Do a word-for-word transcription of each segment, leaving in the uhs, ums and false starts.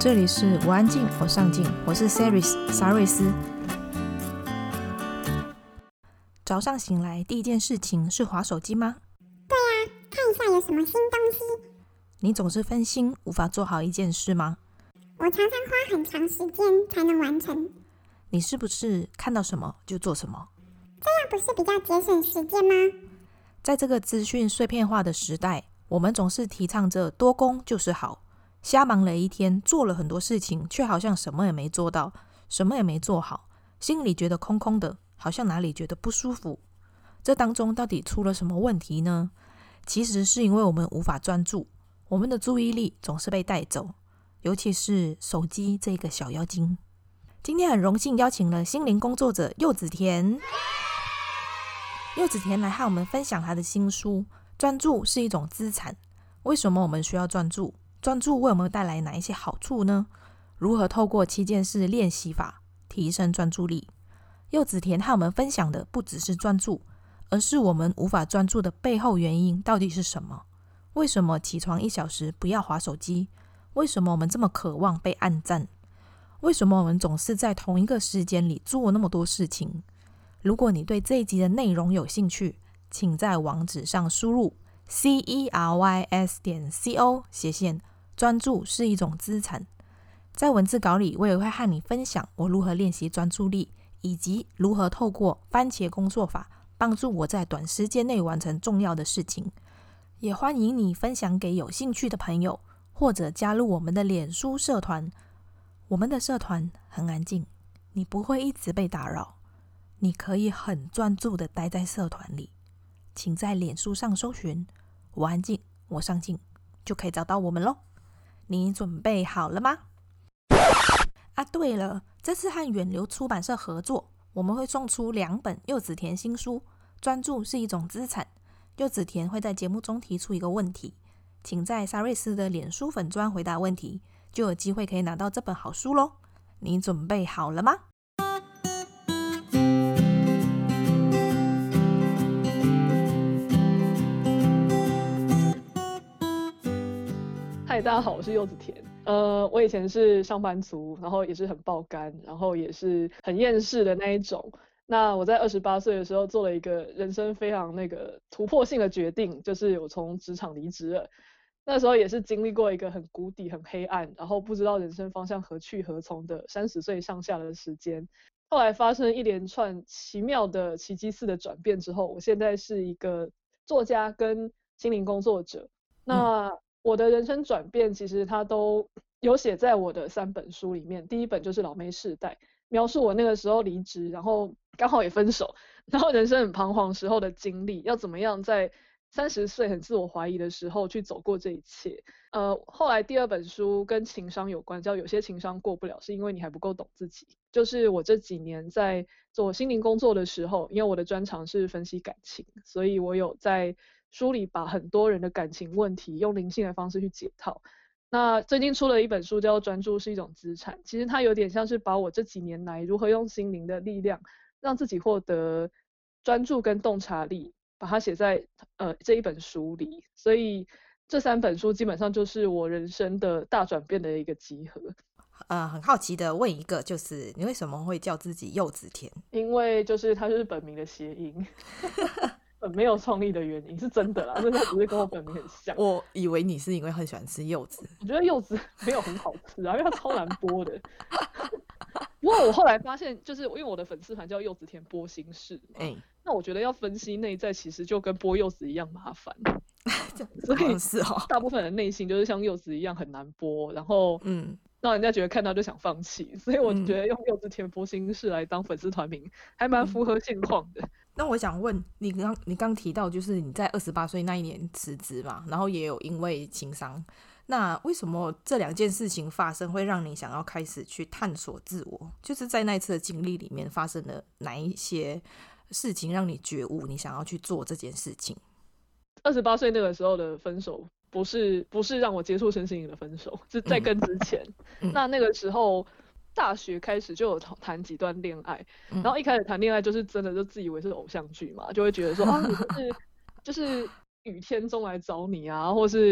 这里是我安静我上进，我是 Saris 沙瑞斯。早上醒来第一件事情是滑手机吗？ 对啊，看一下有什么新东西。 你总是分心无法做好一件事吗？ 我常常花很长时间才能完成。 你是不是看到什么就做什么？ 这样不是比较节省时间吗？ 在这个资讯碎片化的时代，我们总是提倡着多工就是好，瞎忙了一天，做了很多事情，却好像什么也没做到，什么也没做好，心里觉得空空的，好像哪里觉得不舒服。这当中到底出了什么问题呢？其实是因为我们无法专注，我们的注意力总是被带走，尤其是手机这个小妖精。今天很荣幸邀请了心灵工作者柚子甜，柚子甜来和我们分享她的新书《专注是一种资产》。为什么我们需要专注？专注为我们带来哪一些好处呢？如何透过七件事练习法提升专注力？柚子甜和我们分享的不只是专注，而是我们无法专注的背后原因到底是什么？为什么起床一小时不要滑手机？为什么我们这么渴望被按赞？为什么我们总是在同一个时间里做那么多事情？如果你对这一集的内容有兴趣，请在网址上输入 c e r y s 点 c o 斜线专注是一种资产。在文字稿里，我也会和你分享我如何练习专注力，以及如何透过番茄工作法帮助我在短时间内完成重要的事情。也欢迎你分享给有兴趣的朋友，或者加入我们的脸书社团。我们的社团很安静，你不会一直被打扰，你可以很专注的待在社团里。请在脸书上搜寻我安静我上进，就可以找到我们咯。你准备好了吗？啊，对了，这次和远流出版社合作，我们会送出两本柚子甜新书《专注是一种资产》。柚子甜会在节目中提出一个问题，请在沙瑞斯的脸书粉专回答问题，就有机会可以拿到这本好书咯。你准备好了吗？ 嗨，大家好，我是柚子甜。呃，我以前是上班族，然后也是很爆肝，然后也是很厌世的那一种。那我在二十八岁的时候做了一个人生非常那个突破性的决定，就是我从职场离职了。那时候也是经历过一个很谷底、很黑暗，然后不知道人生方向何去何从的三十岁上下的时间。后来发生一连串奇妙的奇迹似的转变之后，我现在是一个作家跟心灵工作者。那、嗯我的人生转变其实它都有写在我的三本书里面。第一本就是老妹世代，描述我那个时候离职，然后刚好也分手，然后人生很彷徨时候的经历，要怎么样在三十岁很自我怀疑的时候去走过这一切。呃，后来第二本书跟情商有关，叫有些情商过不了是因为你还不够懂自己。就是我这几年在做心灵工作的时候，因为我的专长是分析感情，所以我有在书里把很多人的感情问题用灵性的方式去解套。那最近出了一本书叫专注是一种资产，其实它有点像是把我这几年来如何用心灵的力量让自己获得专注跟洞察力，把它写在呃这一本书里。所以这三本书基本上就是我人生的大转变的一个集合。 呃，很好奇的问一个，就是你为什么会叫自己柚子甜？ 因为就是它就是本名的谐音。很没有创意的原因是真的啦，但是它只是跟我本名很像。 我以为你是因为很喜欢吃柚子。 我觉得柚子没有很好吃啊，因为它超难剥的。不过我后来发现，就是因为我的粉丝团叫柚子甜剥心事嘛、欸，那我觉得要分析内在其实就跟剥柚子一样麻烦。所以大部分人内心就是像柚子一样很难剥，然后嗯，让人家觉得看到就想放弃。所以我觉得用柚子甜剥心事来当粉丝团名还蛮符合现况的。 那我想问你刚你刚提到就是你在二十八岁那一年辞职嘛，然后也有因为情伤，那为什么这两件事情发生会让你想要开始去探索自我？就是在那一次的经历里面发生了哪一些事情让你觉悟你想要去做这件事情？ 二十八岁那个时候的分手不是不是让我接触身心灵的分手，是在跟之前、嗯、那那个时候大学开始就有谈几段恋爱、嗯、然后一开始谈恋爱就是真的就自以为是偶像剧嘛，就会觉得说啊你就是就是雨天中来找你啊，或是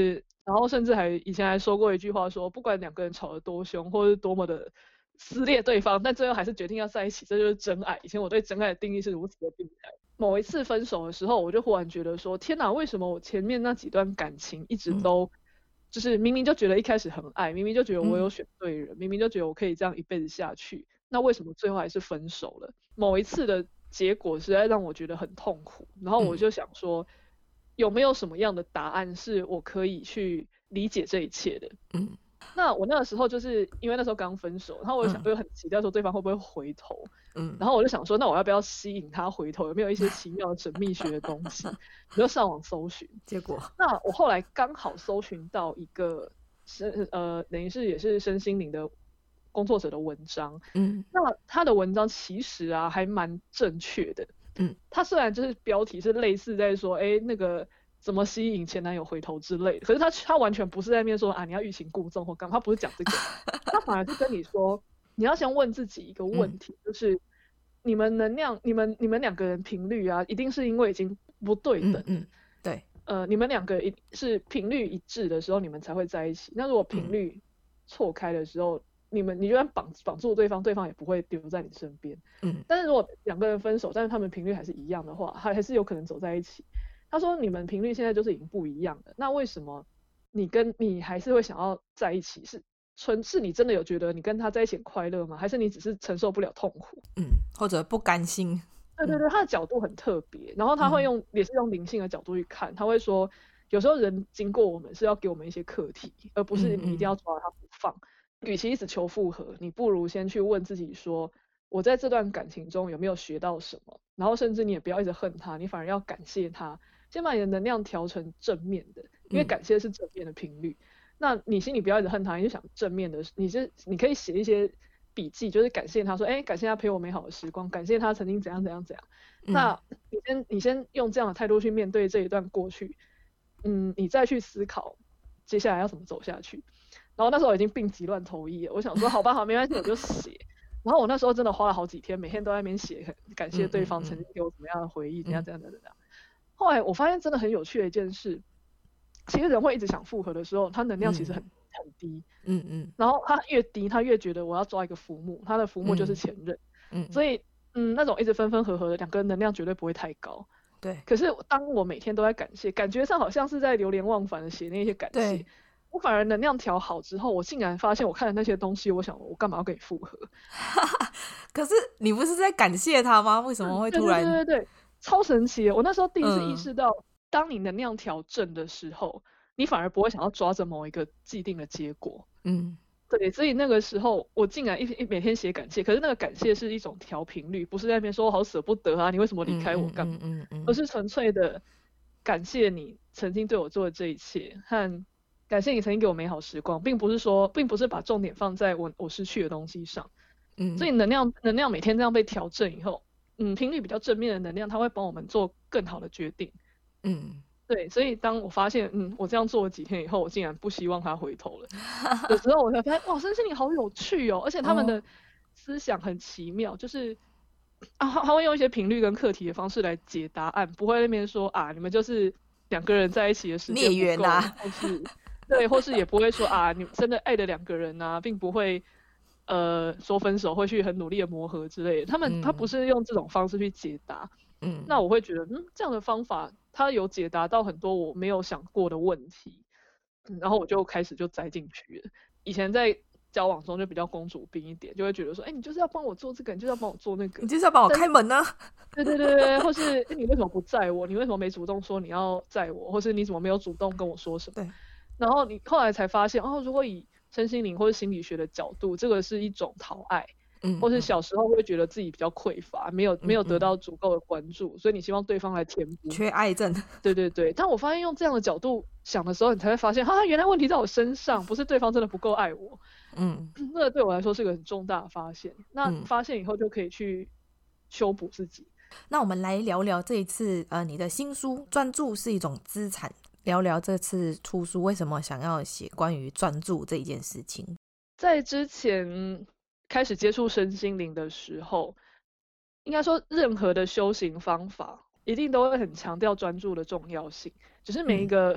然后甚至还以前还说过一句话说，不管两个人吵得多凶，或是多么的撕裂对方，但最后还是决定要在一起，这就是真爱。以前我对真爱的定义是如此的病态。某一次分手的时候，我就忽然觉得说，天哪，为什么我前面那几段感情一直都、嗯、就是明明就觉得一开始很爱，明明就觉得我有选对人、嗯、明明就觉得我可以这样一辈子下去，那为什么最后还是分手了？某一次的结果实在让我觉得很痛苦，然后我就想说、嗯、有没有什么样的答案是我可以去理解这一切的？嗯，那我那个时候就是因为那时候刚分手，然后我就想，我就很期待说对方会不会回头，嗯，然后我就想说，那我要不要吸引他回头？有没有一些奇妙的神秘学的东西？我就上网搜寻， 结果， 那我后来刚好搜寻到一个身呃，等于是也是身心灵的工作者的文章，嗯，那他的文章其实啊还蛮正确的，嗯，他虽然就是标题是类似在说，哎，那个。怎么吸引前男友回头之类的，可是他他完全不是在那边说啊你要欲擒故纵或干嘛，他不是讲这个，他反而是跟你说你要先问自己一个问题，嗯、就是你们能量你们你们两个人频率啊，一定是因为已经不对等，嗯， 嗯对， 呃你们两个一是频率一致的时候你们才会在一起，那如果频率错开的时候，嗯、你们你就算绑绑住对方，对方也不会留在你身边，嗯，但是如果两个人分手，但是他们频率还是一样的话，还还是有可能走在一起。他说你们频率现在就是已经不一样了，那为什么你跟你还是会想要在一起？是纯是你真的有觉得你跟他在一起很快乐吗？还是你只是承受不了痛苦？ 嗯，或者不甘心？ 对对对，他的角度很特别，然后他会用、嗯、也是用灵性的角度去看，他会说有时候人经过我们是要给我们一些课题，而不是你一定要抓他不放。与其一直求复合，你不如先去问自己说，我在这段感情中有没有学到什么？然后甚至你也不要一直恨他，你反而要感谢他。先把你的能量调成正面的，因为感谢是正面的频率、嗯、那你心里不要一直恨他，你就想正面的，你是你可以写一些笔记，就是感谢他说，哎，感谢他陪我美好的时光，感谢他曾经怎样怎样怎样、嗯、那你先你先用这样的态度去面对这一段过去，嗯，你再去思考接下来要怎么走下去。然后那时候已经病急乱投医了，我想说好吧好没关系我就写，然后我那时候真的花了好几天，每天都在那边写感谢对方曾经给我什么样的回忆、嗯、怎样怎样怎样怎样。后来我发现真的很有趣的一件事，其实人会一直想复合的时候，他能量其实很、嗯、很低，嗯嗯，然后他越低，他越觉得我要抓一个浮木，他的浮木就是前任，嗯，嗯所以嗯那种一直分分合合的两个人能量绝对不会太高， 对。 可是当我每天都在感谢，感觉上好像是在流连忘返的写那些感谢，我反而能量调好之后，我竟然发现我看的那些东西，我想我干嘛要跟你复合？ 可是你不是在感谢他吗？为什么会突然？ 对对对对对。超神奇的，我那时候第一次意识到、嗯、当你能量调正的时候，你反而不会想要抓着某一个既定的结果，嗯，对，所以那个时候我竟然一一每天写感谢，可是那个感谢是一种调频率，不是在那边说我好舍不得啊，你为什么离开我干嘛、嗯嗯嗯嗯嗯、而是纯粹的感谢你曾经对我做的这一切，和感谢你曾经给我美好时光，并不是说并不是把重点放在我我失去的东西上，嗯，所以能量能量每天这样被调正以后，嗯，频率比较正面的能量，它会帮我们做更好的决定。嗯，对，所以当我发现，嗯，我这样做了几天以后，我竟然不希望他回头了的时候，我才发现，哇，身心灵好有趣哦，而且他们的思想很奇妙，就是啊，他会用一些频率跟课题的方式来解答案，不会那边说啊，你们就是两个人在一起的时间不够，啊、或是对，或是也不会说啊，你真的爱的两个人啊，并不会。呃，说分手会去很努力的磨合之类的，他们、嗯、他不是用这种方式去解答，嗯，那我会觉得，嗯，这样的方法他有解答到很多我没有想过的问题，嗯、然后我就开始就栽进去了。以前在交往中就比较公主病一点，就会觉得说，哎、欸，你就是要帮我做这个，你就是要帮我做那个， 你就是要帮我开门呢、啊， 对对对对，或是、欸、你为什么不载我？你为什么没主动说你要载我？或是你怎么没有主动跟我说什么？对，然后你后来才发现，哦，如果以身心灵或是心理学的角度，这个是一种讨爱，嗯，或是小时候会觉得自己比较匮乏，没有没有得到足够的关注，嗯嗯，所以你希望对方来填补， 缺爱症。 对对对，但我发现用这样的角度想的时候，你才会发现，哈，原来问题在我身上，不是对方真的不够爱我。嗯，那个对我来说是个很重大的发现。那发现以后就可以去修补自己。 那我们来聊聊这一次，呃，你的新书《专注是一种资产》。聊聊这次出书为什么想要写关于专注这一件事情。 在之前开始接触身心灵的时候，应该说任何的修行方法一定都会很强调专注的重要性，只是每一个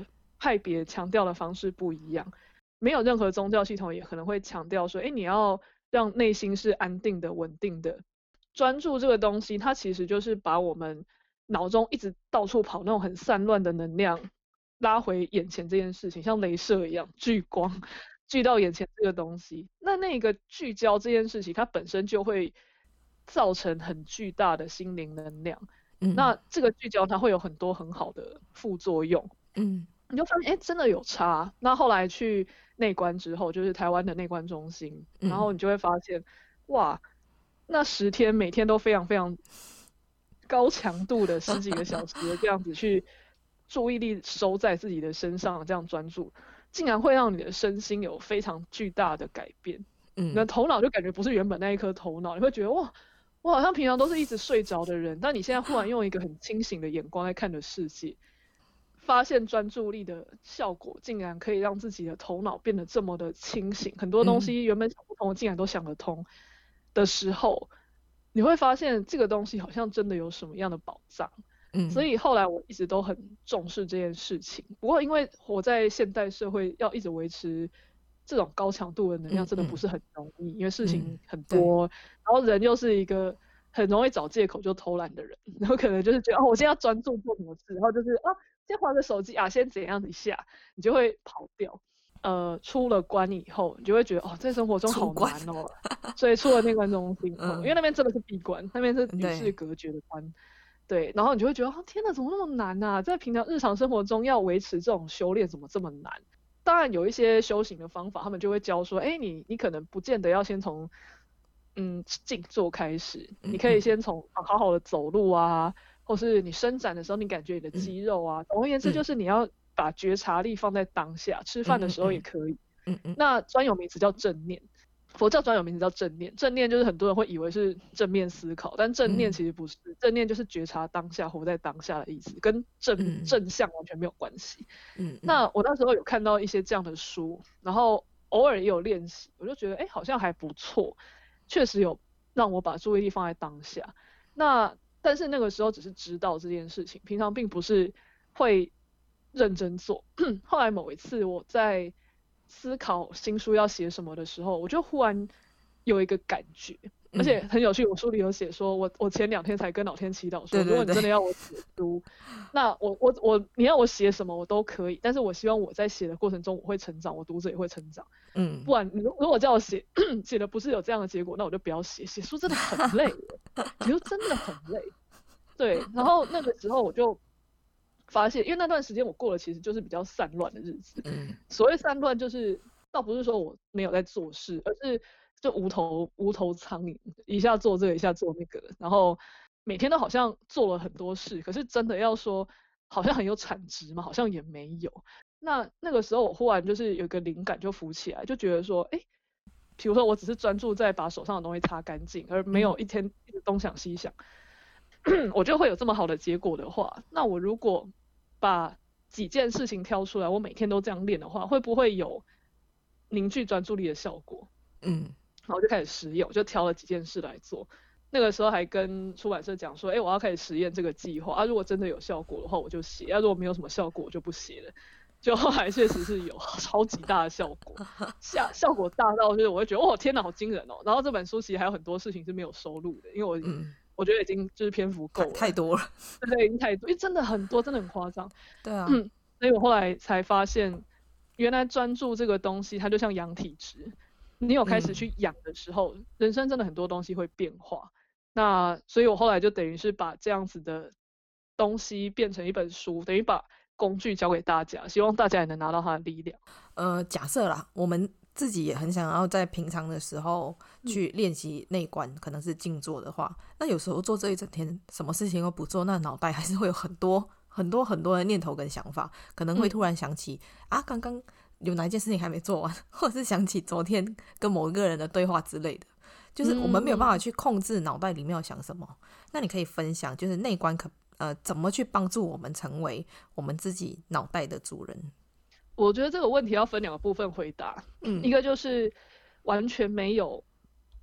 派别强调的方式不一样，没有任何宗教系统也可能会强调说，哎，你要让内心是安定的、稳定的。专注这个东西，它其实就是把我们脑中一直到处跑那种很散乱的能量拉回眼前这件事情，像雷射一样聚光聚到眼前这个东西。那那个聚焦这件事情，它本身就会造成很巨大的心灵能量。嗯、那这个聚焦它会有很多很好的副作用。嗯，你就发现哎，真的有差。那后来去内观之后，就是台湾的内观中心，然后你就会发现，哇，那十天每天都非常非常高强度的十几个小时的这样子去注意力收在自己的身上，这样专注，竟然会让你的身心有非常巨大的改变。嗯，你的头脑就感觉不是原本那一颗头脑，你会觉得哇，我好像平常都是一直睡着的人，但你现在忽然用一个很清醒的眼光在看的世界。发现专注力的效果竟然可以让自己的头脑变得这么的清醒，很多东西原本想不通竟然都想得通的时候，你会发现这个东西好像真的有什么样的宝藏。嗯，所以后来我一直都很重视这件事情。不过因为活在现代社会，要一直维持这种高强度的能量真的不是很容易，因为事情很多，然后人又是一个很容易找借口就偷懒的人，然后可能就是觉得哦，我现在要专注做什么事，然后就是啊。先滑个手机啊，先怎样一下，你就会跑掉。呃，出了关以后，你就会觉得哦，在生活中好难哦。所以出了内观中心后、嗯，因为那边真的是闭关，那边是与世隔绝的关。对，然后你就会觉得哦，天哪，怎么那么难啊？在平常日常生活中要维持这种修炼，怎么这么难？当然有一些修行的方法，他们就会教说，哎，你你可能不见得要先从嗯静坐开始，你可以先从好好的走路啊。或是你伸展的时候，你感觉你的肌肉啊，总而言之就是你要把觉察力放在当下，嗯、吃饭的时候也可以。嗯嗯。那专有名词叫正念，佛教专有名词叫正念。正念就是很多人会以为是正面思考，但正念其实不是，嗯、正念就是觉察当下，活在当下的意思，跟正、嗯、正向完全没有关系。嗯。那我那时候有看到一些这样的书，然后偶尔也有练习，我就觉得哎，好像还不错，确实有让我把注意力放在当下。那但是那个时候只是知道这件事情，平常并不是会认真做。后来某一次我在思考新书要写什么的时候，我就忽然有一个感觉，嗯、而且很有趣。我书里有写说，我我前两天才跟老天祈祷说，对对对，如果你真的要我写书，那我我我你要我写什么我都可以，但是我希望我在写的过程中我会成长，我读者也会成长。嗯，不然你如果叫我写写的不是有这样的结果，那我就不要写。写书真的很累，写书真的很累。对，然后那个时候我就发现，因为那段时间我过的其实就是比较散乱的日子。嗯，所谓散乱就是倒不是说我没有在做事，而是就无头无头苍蝇，一下做这个一下做那个，然后每天都好像做了很多事，可是真的要说好像很有产值嘛，好像也没有。那那个时候我忽然就是有一个灵感就浮起来，就觉得说，哎，比如说我只是专注在把手上的东西擦干净，而没有一天一直东想西想，我就会有这么好的结果的话，那我如果把几件事情挑出来，我每天都这样练的话，会不会有凝聚专注力的效果？嗯，然后就开始实验，我就挑了几件事来做。那个时候还跟出版社讲说，哎，我要开始实验这个计划啊，如果真的有效果的话，我就写；啊，如果没有什么效果，我就不写了。就后来确实是有超级大的效果，效效果大到就是我会觉得，哦天哪，好惊人哦！然后这本书其实还有很多事情是没有收录的，因为我、嗯、我觉得已经就是篇幅够了， 太多了， 对，已经太多，因为真的很多，真的很夸张。 对啊、 嗯，所以我后来才发现，原来专注这个东西，它就像养体质，你有开始去养的时候，嗯、人生真的很多东西会变化。那所以我后来就等于是把这样子的东西变成一本书，等于把工具交给大家，希望大家也能拿到它的力量。 呃，假设啦，我们自己也很想要在平常的时候去练习内观、嗯、可能是静坐的话，那有时候做这一整天什么事情都不做，那脑袋还是会有很多很多很多的念头跟想法，可能会突然想起、嗯、啊刚刚有哪一件事情还没做完，或者是想起昨天跟某一个人的对话之类的，就是我们没有办法去控制脑袋里面要想什么、嗯、那你可以分享就是内观可呃，怎么去帮助我们成为我们自己脑袋的主人？ 我觉得这个问题要分两个部分回答，嗯，一个就是完全没有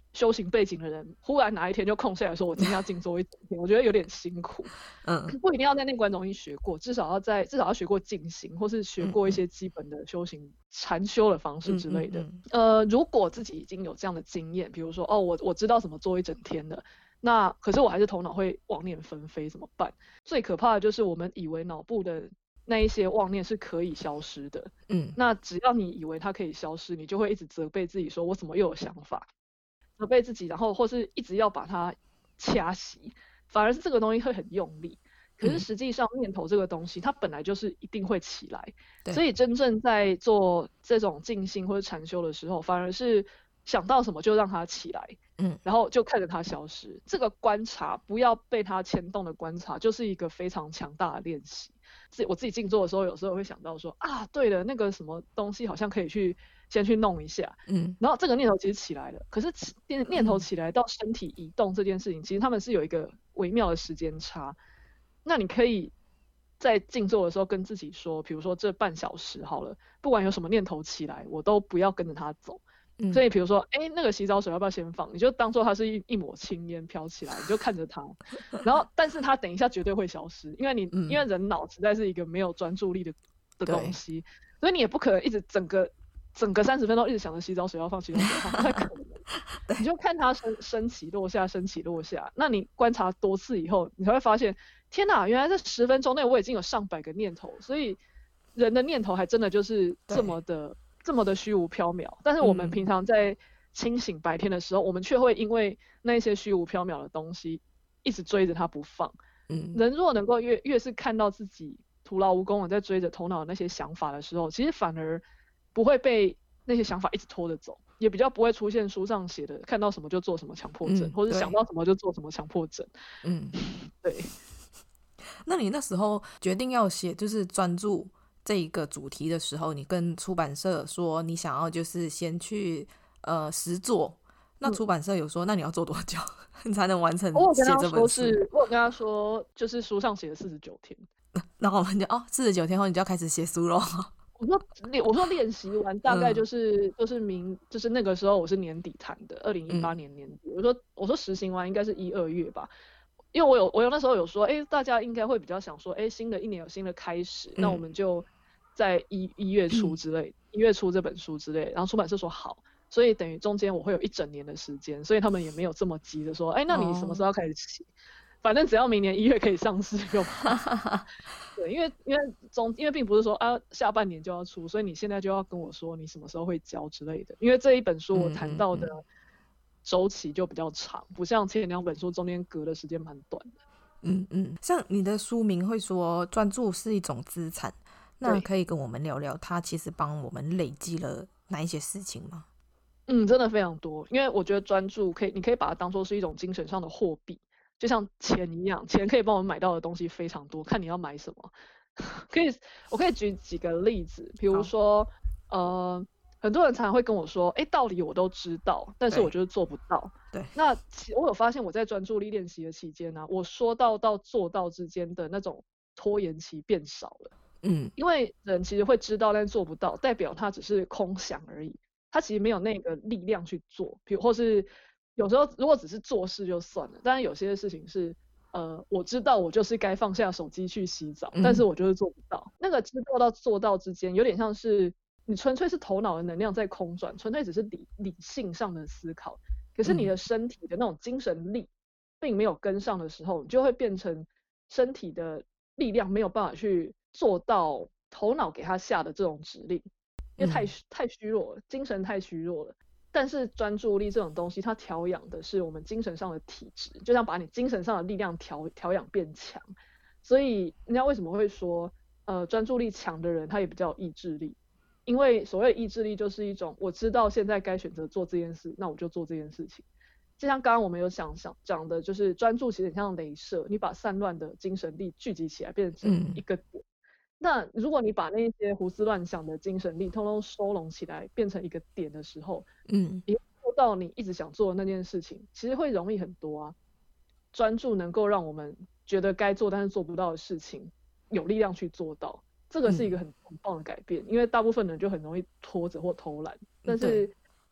修行背景的人，忽然哪一天就空下来说，我今天要静坐一整天，我觉得有点辛苦。 嗯， 不一定要在内观中心学过，至少要在至少要学过静心，或是学过一些基本的修行禅修的方式之类的。 嗯嗯嗯、呃，如果自己已经有这样的经验，比如说哦，我我知道怎么做一整天的，那可是我还是头脑会妄念纷飞，怎么办？最可怕的就是我们以为脑部的那一些妄念是可以消失的。 嗯， 那只要你以为它可以消失，你就会一直责备自己说，我怎么又有想法？责备自己，然后或是一直要把它掐熄，反而是这个东西会很用力。可是实际上念头这个东西，它本来就是一定会起来，所以真正在做这种静心或者禅修的时候，反而是想到什么就让它起来，嗯，然后就看着它消失。这个观察，不要被它牵动的观察，就是一个非常强大的练习。自我自己静坐的时候，有时候会想到说啊，对了，那个什么东西好像可以去先去弄一下，嗯，然后这个念头其实起来了，可是念念头起来到身体移动这件事情，其实他们是有一个微妙的时间差。那你可以在静坐的时候跟自己说，比如说这半小时好了，不管有什么念头起来，我都不要跟着它走。嗯、所以比如说，哎，那个洗澡水要不要先放？你就当做它是一一抹青烟飘起来，你就看着它，然后但是它等一下绝对会消失，因为你、嗯、因为人脑实在是一个没有专注力的的东西，所以你也不可能一直整个整个三十分钟一直想着洗澡水要放，洗澡水要放，不太可能。你就看它升升起落下，升起落下。那你观察多次以后，你才会发现，天哪，原来这十分钟内我已经有上百个念头，所以人的念头还真的就是这么的这么的虚无缥缈。但是我们平常在清醒白天的时候，嗯、我们却会因为那些虚无缥缈的东西一直追着它不放。嗯，人如果能够越越是看到自己徒劳无功的在追着头脑的那些想法的时候，其实反而不会被那些想法一直拖着走。也比较不会出现书上写的看到什么就做什么强迫症，嗯、或者想到什么就做什么强迫症。嗯，对。 那你那时候决定要写就是专注这一个主题的时候，你跟出版社说你想要就是先去呃实作，那出版社有说、嗯、那你要做多久你才能完成写这本书？ 我有跟他说就是书上写了四十九天， 然后我们就哦四十九天后你就要开始写书咯。 我说练，我说练习完大概就是、嗯、就是明就是那个时候我是年底谈的，二零一八年年底。嗯、我说我说实行完应该是一二月吧，因为我有我有那时候有说，哎、欸，大家应该会比较想说，哎、欸，新的一年有新的开始，嗯、那我们就在一一月初之类，一、嗯、月初这本书之类。然后出版社说好，所以等于中间我会有一整年的时间，所以他们也没有这么急的说，哎、欸，那你什么时候要开始写？哦，反正只要明年一月可以上市就好。对，因为因为中因为并不是说啊下半年就要出，所以你现在就要跟我说你什么时候会交之类的。因为这一本书我谈到的周期就比较长，嗯嗯嗯不像前两本书中间隔的时间蛮短的。 嗯嗯，像你的书名会说专注是一种资产，那可以跟我们聊聊它其实帮我们累积了哪一些事情吗？ 嗯，真的非常多，因为我觉得专注可以，你可以把它当作是一种精神上的货币。就像钱一样，钱可以帮我们买到的东西非常多，看你要买什么。可以，我可以举几个例子，比如说，呃，很多人常常会跟我说，哎，道理我都知道，但是我就是做不到。 对。 那我有发现我在专注力练习的期间呢、啊，我说到到做到之间的那种拖延期变少了。嗯。因为人其实会知道，但是做不到，代表他只是空想而已，他其实没有那个力量去做，比如或是。有时候如果只是做事就算了，但是有些事情是，呃，我知道我就是该放下手机去洗澡，嗯、但是我就是做不到。那个知道到做到之间，有点像是你纯粹是头脑的能量在空转，纯粹只是理理性上的思考，可是你的身体的那种精神力并没有跟上的时候，你就会变成身体的力量没有办法去做到头脑给他下的这种指令，因为太、嗯、太虚弱了，精神太虚弱了。但是专注力这种东西，它调养的是我们精神上的体质，就像把你精神上的力量调调养变强。所以人家为什么会说，呃，专注力强的人他也比较有意志力？因为所谓的意志力就是一种我知道现在该选择做这件事，那我就做这件事情。就像刚刚我们有想想讲的，就是专注其实很像雷射，你把散乱的精神力聚集起来，变成一个点。嗯，那如果你把那些胡思乱想的精神力通通收拢起来变成一个点的时候，嗯，你做到你一直想做的那件事情其实会容易很多啊。专注能够让我们觉得该做但是做不到的事情有力量去做到，这个是一个很很棒的改变。嗯、因为大部分人就很容易拖着或偷懒，但是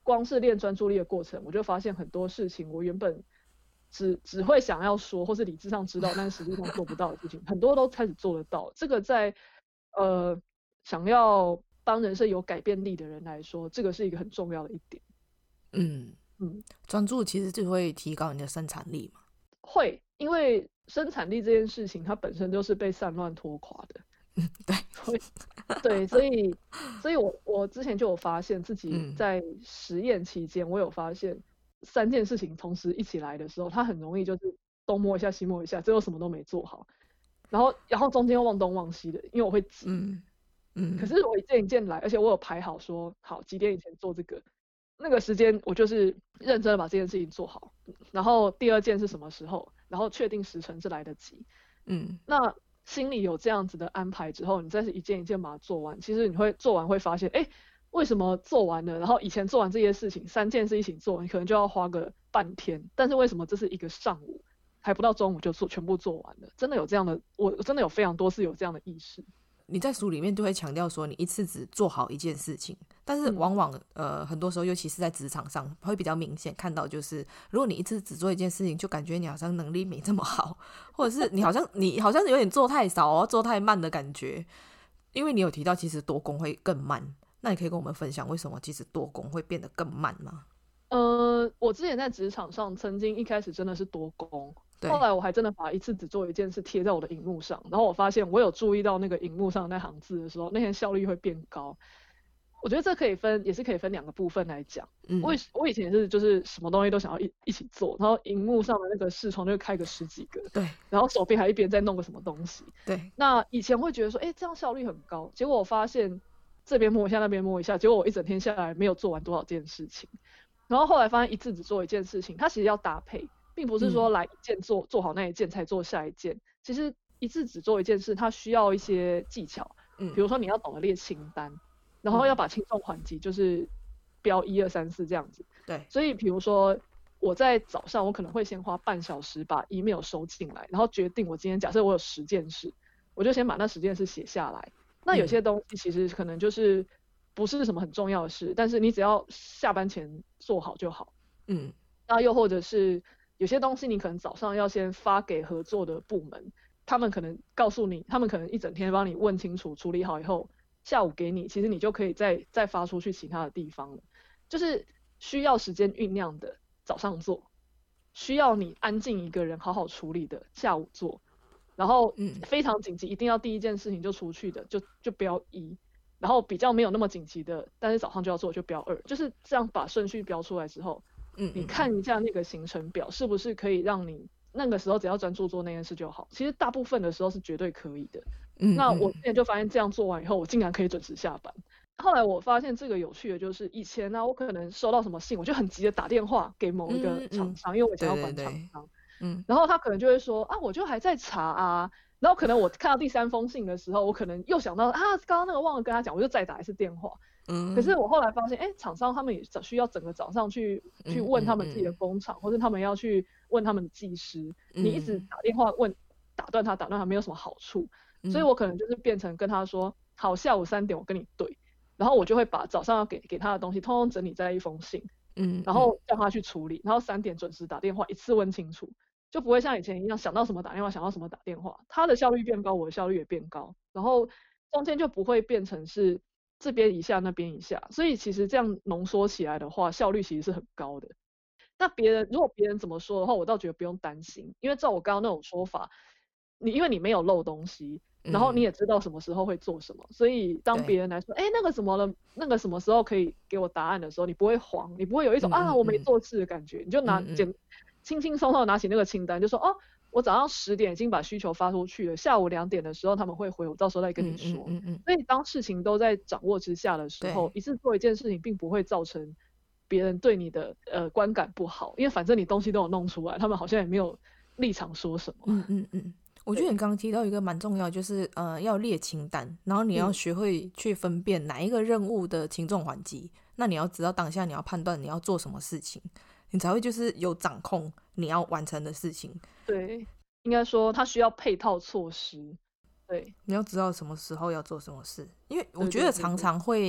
光是练专注力的过程，我就发现很多事情我原本只只会想要说，或是理智上知道，但是实际上做不到的事情，很多都开始做得到。这个在呃想要帮人生有改变力的人来说，这个是一个很重要的一点。 嗯嗯，专注其实就会提高你的生产力嘛。 会，因为生产力这件事情，它本身就是被散乱拖垮的。 对， 所以对，所以所以我我之前就有发现自己嗯在实验期间，我有发现三件事情同时一起来的时候，它很容易就是东摸一下西摸一下，最后什么都没做好，然后然后中间又忘东忘西的，因为我会急。 嗯嗯， 可是我一件一件来，而且我有排好说好几点以前做这个，那个时间我就是认真的把这件事情做好。然后第二件是什么时候，然后确定时辰是来得及。 嗯， 那心里有这样子的安排之后，你再是一件一件把它做完，其实你会做完会发现，哎，为什么做完了，然后以前做完这些事情三件事一起做，你可能就要花个半天，但是为什么这是一个上午，还不到中午就做全部做完了？真的有这样的，我真的有非常多次有这样的意识。 你在书里面就会强调说，你一次只做好一件事情，但是往往、嗯、呃很多时候，尤其是在职场上，会比较明显看到，就是如果你一次只做一件事情，就感觉你好像能力没这么好，或者是你好像你好像有点做太少哦，做太慢的感觉。因为你有提到，其实多工会更慢，那你可以跟我们分享为什么其实多工会变得更慢吗？ 呃，我之前在职场上曾经一开始真的是多工。后来我还真的把一次只做一件事贴在我的荧幕上，然后我发现我有注意到那个荧幕上的那行字的时候，那天效率会变高。我觉得这可以分，也是可以分两个部分来讲。嗯、我我以前也是就是什么东西都想要一一起做，然后荧幕上的那个视窗就开个十几个， 对， 然后手边还一边在弄个什么东西， 对。 那以前会觉得说，哎，这样效率很高，结果我发现这边摸一下，那边摸一下，结果我一整天下来没有做完多少件事情。然后后来发现一次只做一件事情，它其实要搭配。并不是说来一件做、嗯、做好那一件才做下一件，其实一次只做一件事，它需要一些技巧，嗯，比如说你要懂得列清单，然后要把轻重缓急就是标一二三四这样子， 对， 所以比如说我在早上我可能会先花半小时把 email 收进来，然后决定我今天假设我有十件事，我就先把那十件事写下来。那有些东西其实可能就是不是什么很重要的事，但是你只要下班前做好就好，嗯，那又或者是有些东西你可能早上要先发给合作的部门，他们可能告诉你，他们可能一整天帮你问清楚处理好以后，下午给你，其实你就可以再再发出去其他的地方了。就是需要时间酝酿的早上做，需要你安静一个人好好处理的下午做，然后非常紧急一定要第一件事情就出去的就就标一，然后比较没有那么紧急的但是早上就要做就标二，就是这样把顺序标出来之后，嗯，你看一下那个行程表是不是可以让你那个时候只要专注做那件事就好，其实大部分的时候是绝对可以的。嗯，那我之前就发现这样做完以后我竟然可以准时下班。后来我发现这个有趣的就是以前呢、啊、我可能收到什么信我就很急的打电话给某一个厂商、嗯嗯、因为我想要管厂商，嗯，然后他可能就会说啊我就还在查啊，然后可能我看到第三封信的时候我可能又想到啊刚刚那个忘了跟他讲，我就再打一次电话。嗯，可是我后来发现，哎，厂商他们也需要整个早上去去问他们自己的工厂，嗯嗯嗯、或者他们要去问他们的技师，嗯、你一直打电话问，打断他，打断他没有什么好处，嗯、所以我可能就是变成跟他说，好，下午三点我跟你对，然后我就会把早上要给给他的东西，通通整理在一封信，嗯，然后叫他去处理，然后三点准时打电话，一次问清楚，就不会像以前一样想到什么打电话，想到什么打电话，他的效率变高，我的效率也变高，然后中间就不会变成是这边一下那边一下，所以其实这样浓缩起来的话，效率其实是很高的。那别人如果别人怎么说的话，我倒觉得不用担心，因为照我刚刚那种说法，你因为你没有漏东西，然后你也知道什么时候会做什么，嗯、所以当别人来说，哎，那个什么了，那个什么时候可以给我答案的时候，你不会慌，你不会有一种、嗯、啊我没做事的感觉，嗯、你就拿简轻轻松松拿起那个清单，就说哦。我早上十点已经把需求发出去了，下午两点的时候他们会回我，到时候再跟你说。嗯嗯嗯嗯、所以当事情都在掌握之下的时候，一次做一件事情并不会造成别人对你的呃观感不好，因为反正你东西都有弄出来，他们好像也没有立场说什么。 嗯嗯嗯，我觉得你刚刚提到一个蛮重要，就是呃要列清单，然后你要学会去分辨哪一个任务的轻重缓急，嗯、那你要知道当下你要判断你要做什么事情。你才会就是有掌控你要完成的事情。 对，应该说它需要配套措施。对， 你要知道什么时候要做什么事，因为我觉得常常会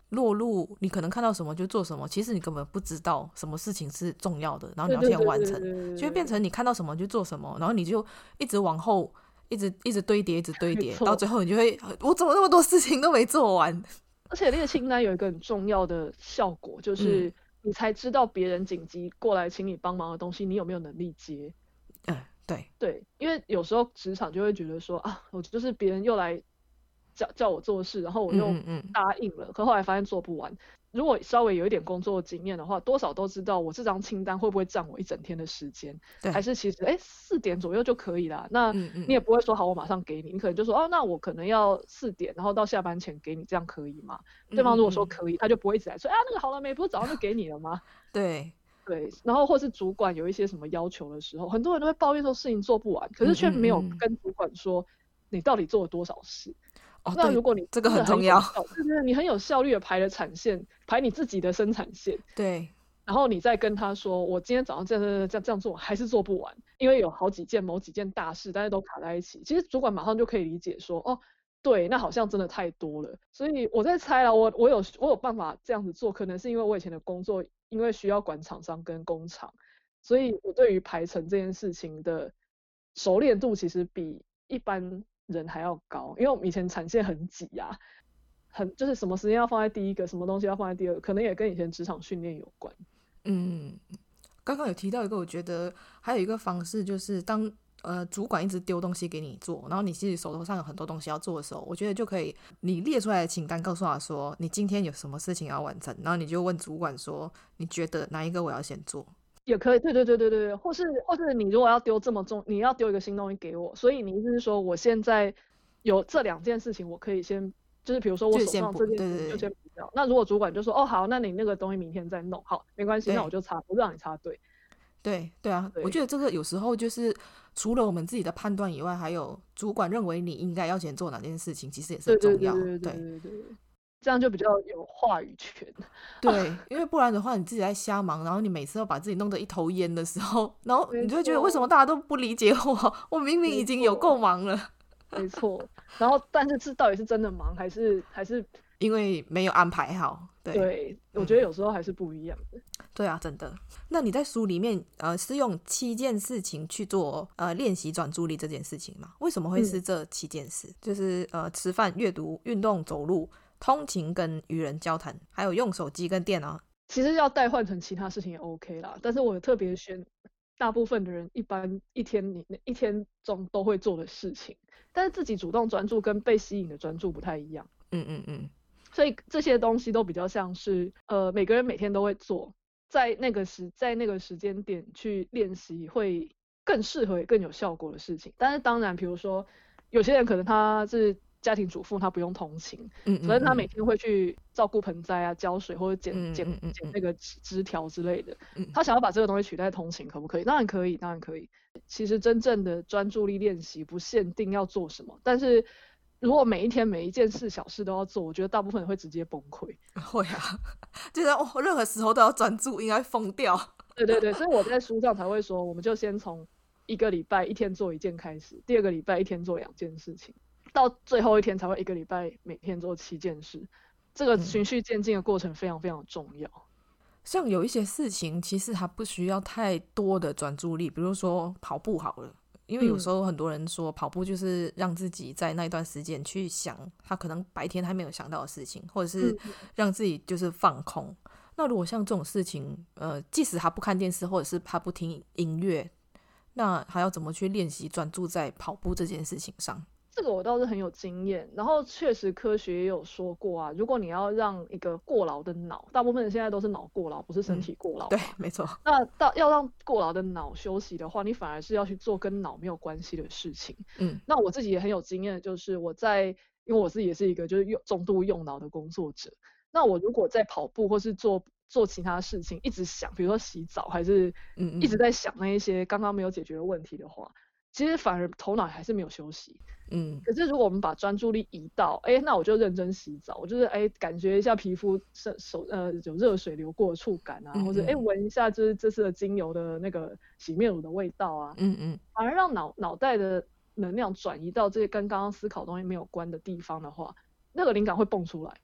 落入你可能看到什么就做什么，其实你根本不知道什么事情是重要的，然后你要对对对先完成， 对对对就会变成你看到什么就做什么，然后你就一直往后一直一直堆叠一直堆叠， 没错到最后你就会我怎么那么多事情都没做完。 而且那个清单有一个很重要的效果，就嗯是你才知道别人紧急过来请你帮忙的东西，你有没有能力接。 嗯，对， 对，因为有时候职场就会觉得说啊，我就是别人又来叫叫我做事，然后我又嗯嗯嗯， 答应了，可后来发现做不完。如果稍微有一点工作经验的话，多少都知道我这张清单会不会占我一整天的时间， 对， 还是其实哎四点左右就可以啦。那嗯嗯你也不会说好我马上给你，你可能就说哦，那我可能要四点，然后到下班前给你，这样可以吗？ 嗯对方如果嗯嗯说可以，他就不会一直来说啊那个好了没，不是早上就给你了吗？ 对， 对，然后或是主管有一些什么要求的时候，很多人都会抱怨说事情做不完，可是却没有嗯嗯嗯跟主管说你到底做了多少事。 哦，对， 那如果你这个真的很重要， 有效，对对对，你很有效率的排了产线，排你自己的生产线， 对， 然后你再跟他说，我今天早上这样这样这样这样做还是做不完，因为有好几件某几件大事，但是都卡在一起。其实主管马上就可以理解说，哦，对，那好像真的太多了。所以我在猜了，我我有我有办法这样子做，可能是因为我以前的工作，因为需要管厂商跟工厂，所以我对于排程这件事情的熟练度其实比一般人还要高，因为我们以前产线很挤啊，很就是什么时间要放在第一个，什么东西要放在第二个，可能也跟以前职场训练有关。 嗯，刚刚有提到一个，我觉得还有一个方式就是当呃主管一直丢东西给你做，然后你其实手头上有很多东西要做的时候，我觉得就可以你列出来的清单告诉他说你今天有什么事情要完成，然后你就问主管说你觉得哪一个我要先做。 也可以，对对对对对，或是或是你如果要丢这么重，你要丢一个新东西给我，所以你意思是说我现在有这两件事情，我可以先，就是比如说我手上这件事情就先不要。那如果主管就说哦好，那你那个东西明天再弄，好，没关系，那我就插，我就让你插队。 对对啊， 对， 我觉得这个有时候就是除了我们自己的判断以外，还有主管认为你应该要先做哪件事情，其实也是很重要。 对对对对对对对。这样就比较有话语权。 对，因为不然的话，你自己在瞎忙，然后你每次都把自己弄得一头烟的时候，然后你就会觉得为什么大家都不理解我？我明明已经有够忙了。 没错，然后但是是到底是真的忙，还是还是因为没有安排好？对， 对，我觉得有时候还是不一样的。 嗯、对啊，真的。那你在书里面呃是用七件事情去做呃练习专注力这件事情吗？为什么会是这七件事？嗯、就是呃吃饭、阅读、运动、走路、通勤跟与人交谈，还有用手机跟电脑。 其实要代换成其他事情也 OK 啦，但是我特别选大部分的人一般一天你一天中都会做的事情，但是自己主动专注跟被吸引的专注不太一样。 嗯嗯嗯。 所以这些东西都比较像是呃每个人每天都会做，在那个时在那个时间点去练习会更适合也更有效果的事情。但是当然比如说有些人可能他是家庭主妇，他不用通勤， 嗯嗯， 可是他每天会去照顾盆栽啊、浇水或者剪剪嗯嗯剪那个枝条之类的。 嗯， 他想要把这个东西取代通勤，可不可以？当然可以，当然可以。其实真正的专注力练习不限定要做什么，但是如果每一天每一件事小事都要做，我觉得大部分人会直接崩溃。 会啊，就是哦，任何时候都要专注，应该疯掉。 对对对，所以我在书上才会说，我们就先从一个礼拜一天做一件开始，第二个礼拜一天做两件事情，到最后一天才会一个礼拜每天做七件事。这个循序渐进的过程非常非常重要。嗯、 像有一些事情其实它不需要太多的专注力，比如说跑步好了，因为有时候很多人说跑步就是让自己在那一段时间去想他可能白天还没有想到的事情，或者是让自己就是放空。嗯、那如果像这种事情呃，即使他不看电视或者是他不听音乐，那还要怎么去练习专注在跑步这件事情上？ 这个我倒是很有经验，然后确实科学也有说过啊，如果你要让一个过劳的脑，大部分人现在都是脑过劳，不是身体过劳、嗯、 对，没错。 那到要让过劳的脑休息的话，你反而是要去做跟脑没有关系的事情。嗯，那我自己也很有经验，就是我在因为我自己也是一个就是用重度用脑的工作者，那我如果在跑步或是做做其他事情一直想，比如说洗澡还是一直在想那一些刚刚没有解决的问题的话，其实反而头脑还是没有休息。嗯，可是如果我们把专注力移到，哎，那我就认真洗澡，我就是哎感觉一下皮肤手呃有热水流过的触感啊，嗯嗯，或者哎闻一下就是这次的精油的那个洗面乳的味道啊，嗯嗯，反而让脑脑袋的能量转移到这些跟刚刚思考的东西没有关的地方的话，那个灵感会蹦出来。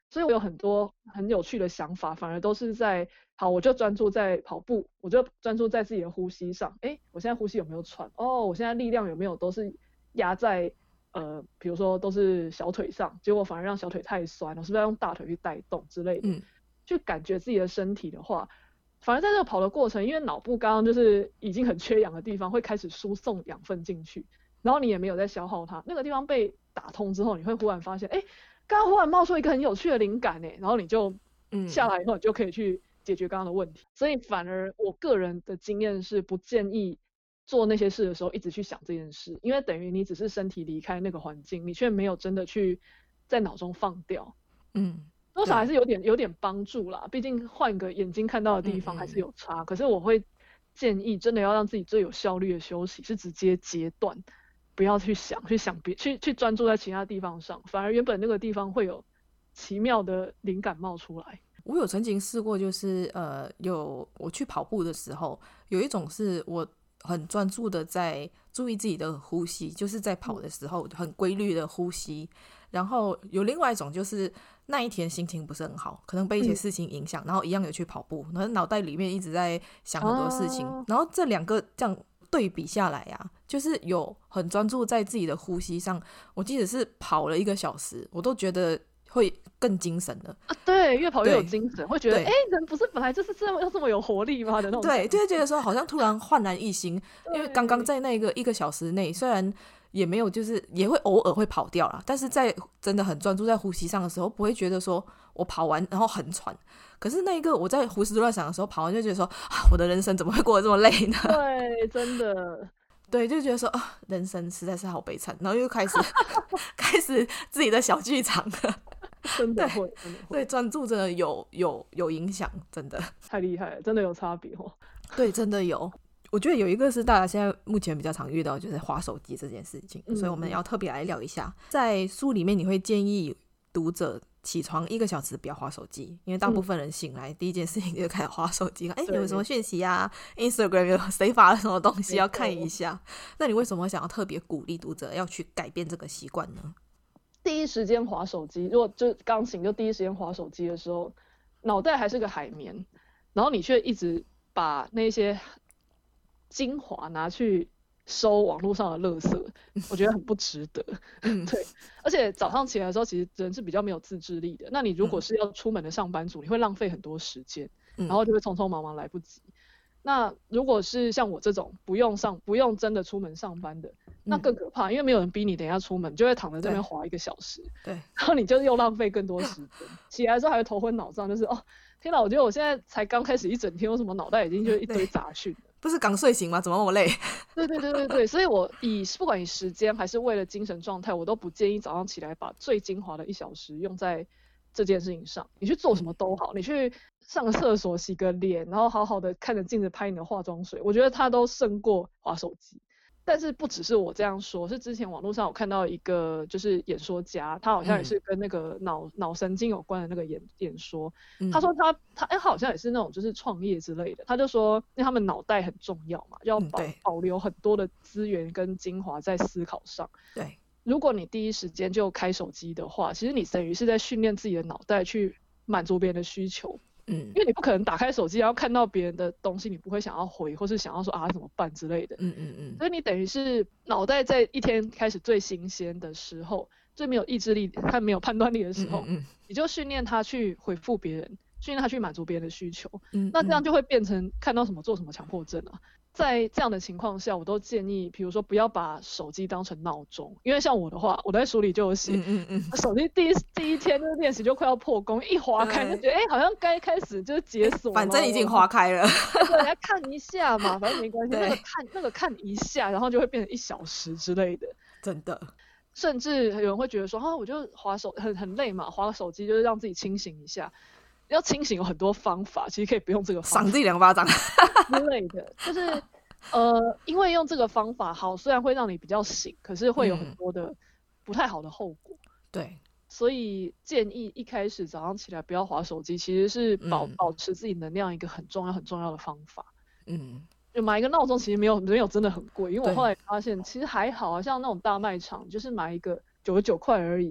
所以我有很多很有趣的想法，反而都是在好，我就专注在跑步，我就专注在自己的呼吸上。哎，我现在呼吸有没有喘？哦，我现在力量有没有都是压在呃，比如说都是小腿上，结果反而让小腿太酸，我是不是要用大腿去带动之类的？嗯，去感觉自己的身体的话，反而在这个跑的过程，因为脑部刚刚就是已经很缺氧的地方，会开始输送养分进去，然后你也没有在消耗它，那个地方被打通之后，你会忽然发现，哎。刚刚忽然冒出一个很有趣的灵感哎，然后你就下来以后，你就可以去解决刚刚的问题。嗯、所以反而我个人的经验是不建议做那些事的时候一直去想这件事，因为等于你只是身体离开那个环境，你却没有真的去在脑中放掉。嗯，多少还是有点有点帮助啦，毕竟换个眼睛看到的地方还是有差。嗯嗯可是我会建议，真的要让自己最有效率的休息是直接截断。不要去想，去想别，去去专注在其他地方上，反而原本那个地方会有奇妙的灵感冒出来。 我有曾经试过，就是呃，有我去跑步的时候，有一种是我很专注的在注意自己的呼吸，就是在跑的时候很规律的呼吸。然后有另外一种就是那一天心情不是很好，可能被一些事情影响，嗯、然后一样有去跑步，然后脑袋里面一直在想很多事情，啊、然后这两个这样。对比下来啊，就是有很专注在自己的呼吸上，我即使是跑了一个小时，我都觉得会更精神了啊。对，越跑越有精神，会觉得哎，人不是本来就是这么这么有活力吗的那种。 对，就会觉得说好像突然焕然一新，因为刚刚在那个一个小时内，虽然也没有就是也会偶尔会跑掉啦，但是在真的很专注在呼吸上的时候，不会觉得说我跑完然后很喘。可是那个我在胡思乱想的时候，跑完就觉得说啊，我的人生怎么会过得这么累呢？ 对，真的， 对，就觉得说啊，人生实在是好悲惨，然后又开始开始自己的小剧场了。 真的会，真的会。 对，专注真的有有有影响，真的太厉害了，真的有差别哦。 对，真的有。我觉得有一个是大家现在目前比较常遇到，就是滑手机这件事情，嗯、所以我们要特别来聊一下。在书里面，你会建议读者起床一个小时不要滑手机，因为大部分人醒来、嗯、第一件事情就开始滑手机，哎，有什么讯息啊 Instagram 有谁发了什么东西要看一下。那你为什么想要特别鼓励读者要去改变这个习惯呢？ 第一时间滑手机，如果就刚醒就第一时间滑手机的时候，脑袋还是个海绵，然后你却一直把那些精华拿去收网络上的垃圾，我觉得很不值得。对，而且早上起来的时候，其实人是比较没有自制力的。那你如果是要出门的上班族，你会浪费很多时间，然后就会匆匆忙忙来不及。那如果是像我这种不用上不用真的出门上班的，那更可怕，因为没有人逼你等一下出门，就会躺在这边滑一个小时，对，然后你就又浪费更多时间。起来的时候还会头昏脑胀，就是哦，天哪，我觉得我现在才刚开始一整天，为什么脑袋已经就一堆杂讯了？ 不是刚睡醒吗？怎么那么累？ 对对对对对，所以我以不管以时间还是为了精神状态，我都不建议早上起来把最精华的一小时用在这件事情上。你去做什么都好，你去上个厕所洗个脸，然后好好的看着镜子拍你的化妆水，我觉得它都胜过滑手机。但是不只是我这样说，是之前网络上有看到一个就是演说家，他好像也是跟那个脑、嗯、脑神经有关的那个演演说，嗯、他说他他哎好像也是那种就是创业之类的，他就说因为他们脑袋很重要嘛，要保、嗯、保留很多的资源跟精华在思考上。对，如果你第一时间就开手机的话，其实你等于是在训练自己的脑袋去满足别人的需求。嗯，因为你不可能打开手机然后看到别人的东西，你不会想要回，或是想要说啊怎么办之类的。嗯嗯嗯。所以你等于是脑袋在一天开始最新鲜的时候，最没有意志力和没有判断力的时候，嗯嗯嗯你就训练他去回复别人，训练他去满足别人的需求。嗯嗯那这样就会变成看到什么做什么强迫症啊。在这样的情况下，我都建议，比如说不要把手机当成闹钟，因为像我的话，我在书里就有写，嗯嗯嗯手机第一第一天就是练习就快要破功，一滑开就觉得哎、欸，好像该开始就是解锁， 反正已经滑开了， 对，来看一下嘛，反正没关系，那个看那个看一下，然后就会变成一小时之类的， 真的。 甚至有人会觉得说，啊，我就滑手很很累嘛，滑手机就是让自己清醒一下。要清醒有很多方法，其实可以不用这个方法， 赏自己两巴掌之类的，就是呃，因为用这个方法好，虽然会让你比较醒，可是会有很多的不太好的后果。嗯、对，所以建议一开始早上起来不要滑手机，其实是保、嗯、保持自己能量一个很重要很重要的方法。嗯，就买一个闹钟其实没有没有真的很贵，因为我后来发现其实还好啊，像那种大卖场就是买一个九十九块而已。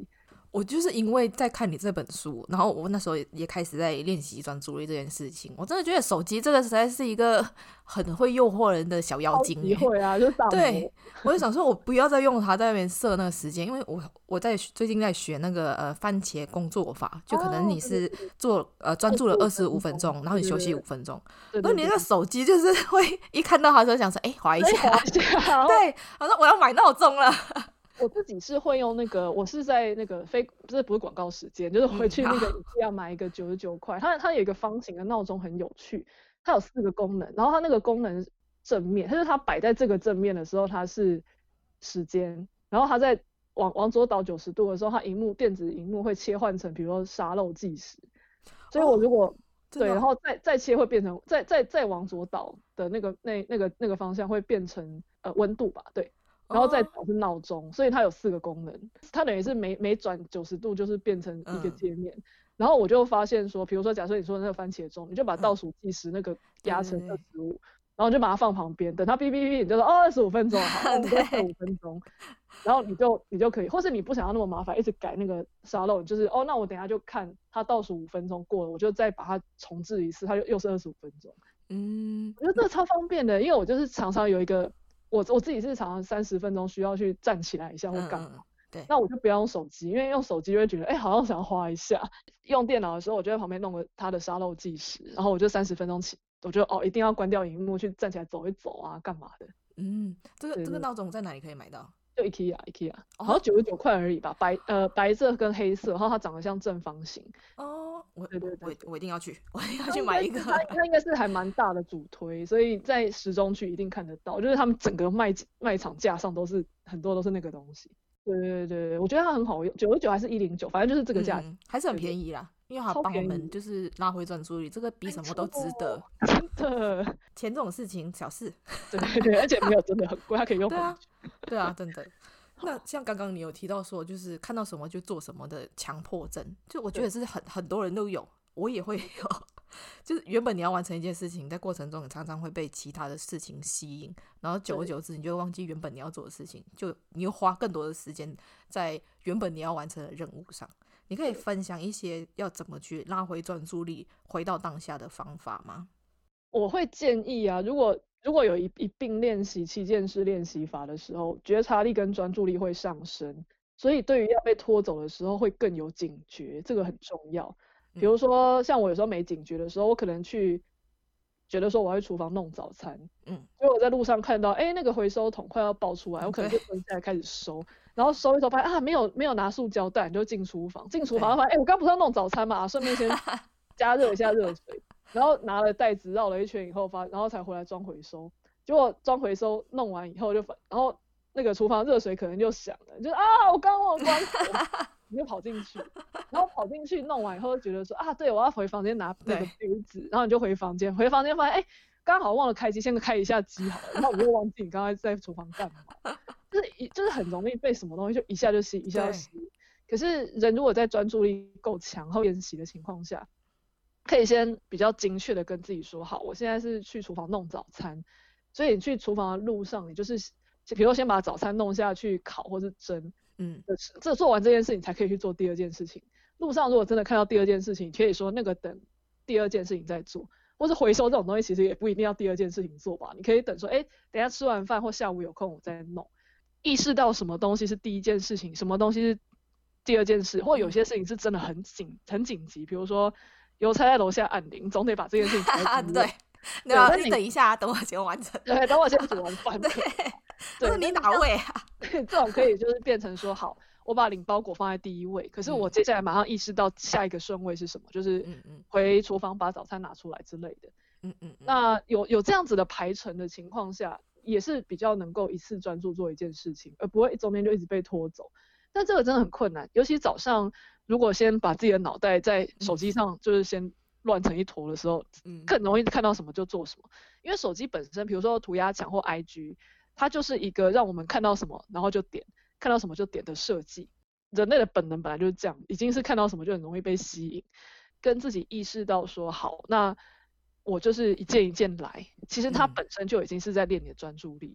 我就是因为在看你这本书，然后我那时候 也, 也开始在练习专注力这件事情。我真的觉得手机这个实在是一个很会诱惑人的小妖精、欸。 会啊，就是对，我就想说，我不要再用它在那边设那个时间，因为我我在最近在学那个呃番茄工作法，就可能你是做、哦、呃专注了二十五分钟，然后你休息五分钟，然后你那个手机就是会一看到它就想说，哎、欸，滑一下， 滑一下， 对，我说我要买闹钟了。 我自己是会用那个，我是在那个非这不是广告时间，就是回去那个要买一个九十九块，它它有一个方形的闹钟很有趣，它有四个功能，然后它那个功能正面，它就是它摆在这个正面的时候它是时间，然后它在往往左倒九十度的时候，它荧幕电子荧幕会切换成比如说沙漏计时，所以我如果、哦、对，然后再再切会变成再再再往左倒的那个那那个那个方向会变成呃温度吧，对。然后再找是闹钟、哦，所以它有四个功能，它等于是每每转九十度就是变成一个界面、嗯。然后我就发现说，比如说假设你说的那个番茄钟，你就把倒数计时那个压成二十五，然后你就把它放旁边，等它哔哔哔，你就说哦二十五分钟，好，你就设五分钟，然后你就你就可以，或是你不想要那么麻烦，一直改那个沙漏，就是哦那我等一下就看它倒数五分钟过了，我就再把它重置一次，它就又是二十五分钟。嗯，我觉得这个超方便的，因为我就是常常有一个。我我自己是常常三十分钟需要去站起来一下或干嘛、嗯，对，那我就不要用手机，因为用手机就会觉得，哎、欸，好像想要花一下。用电脑的时候，我就在旁边弄个它的沙漏计时，然后我就三十分钟起，我就哦一定要关掉荧幕去站起来走一走啊，干嘛的。嗯， 这个这个闹钟在哪里可以买到？ 就 IKEA IKEA，、哦、好像九十九块而已吧，白呃白色跟黑色，然后它长得像正方形。 哦，我对对对，我我一定要去，我一定要去买一个。 它它应该是还蛮大的主推，所以在时钟区一定看得到，就是他们整个卖卖场架上都是很多都是那个东西。对对对，我觉得它很好用，九十九还是一零九，反正就是这个价钱、嗯， 还是很便宜啦。因为它帮我们就是拉回专注力，这个比什么都值得。 真的， 钱这种事情小事。 对对对，而且没有真的很贵，它可以用很久。 对啊，对啊，真的。那像刚刚你有提到说，就是看到什么就做什么的强迫症，就我觉得是很很多人都有，我也会有。就是原本你要完成一件事情，在过程中你常常会被其他的事情吸引，然后久而久之你就会忘记原本你要做的事情，就你又花更多的时间在原本你要完成的任务上。你可以分享一些要怎么去拉回专注力回到当下的方法吗？ 我会建议啊，如果如果有一一并练习七件事练习法的时候，觉察力跟专注力会上升，所以对于要被拖走的时候会更有警觉，这个很重要。比如说像我有时候没警觉的时候，我可能去觉得说我要去厨房弄早餐，嗯，所以我在路上看到哎、欸、那个回收桶快要爆出来，我可能就蹲下来开始收，然后收一收发现啊没有没有拿塑胶袋，你就进厨房，进厨房发现哎、欸、我刚不是要弄早餐嘛，顺便先加热一下热水，然后拿了袋子绕了一圈以后发，然后才回来装回收，结果装回收弄完以后就然后那个厨房热水可能就响了，就是啊我刚刚忘了关火。你就跑进去，然后跑进去弄完以后就觉得说啊，对我要回房间拿那个杯子，然后你就回房间，回房间发现哎，刚好忘了开机，先开一下机好了，然后我就忘记你刚才在厨房干嘛，就是一就是很容易被什么东西就一下就吸，一下就吸。可是人如果在专注力够强后练习的情况下，可以先比较精确的跟自己说，好，我现在是去厨房弄早餐，所以你去厨房的路上，你就是比如说先把早餐弄下去烤或是蒸。嗯，这做完这件事情才可以去做第二件事情。路上如果真的看到第二件事情，可以说那个等第二件事情再做，或是回收这种东西其实也不一定要第二件事情做吧。你可以等说，哎，等一下吃完饭或下午有空我再弄。意识到什么东西是第一件事情，什么东西是第二件事，或有些事情是真的很紧很紧急，比如说邮差在楼下按铃，总得把这件事情才对。对啊，你等一下，等我先完成。 对，等我先煮完饭。 对，对，你哪位啊？ 这种可以就是变成说，好，我把领包裹放在第一位，可是我接下来马上意识到下一个顺位是什么，就是回厨房把早餐拿出来之类的。嗯嗯。那有有这样子的排程的情况下，也是比较能够一次专注做一件事情，而不会中间就一直被拖走。但这个真的很困难，尤其早上如果先把自己的脑袋在手机上就是先乱成一坨的时候，更容易看到什么就做什么。因为手机本身，比如说涂鸦墙或 I G， 它就是一个让我们看到什么然后就点，看到什么就点的设计。人类的本能本来就是这样，已经是看到什么就很容易被吸引。跟自己意识到说，好，那我就是一件一件来，其实它本身就已经是在练你的专注力了。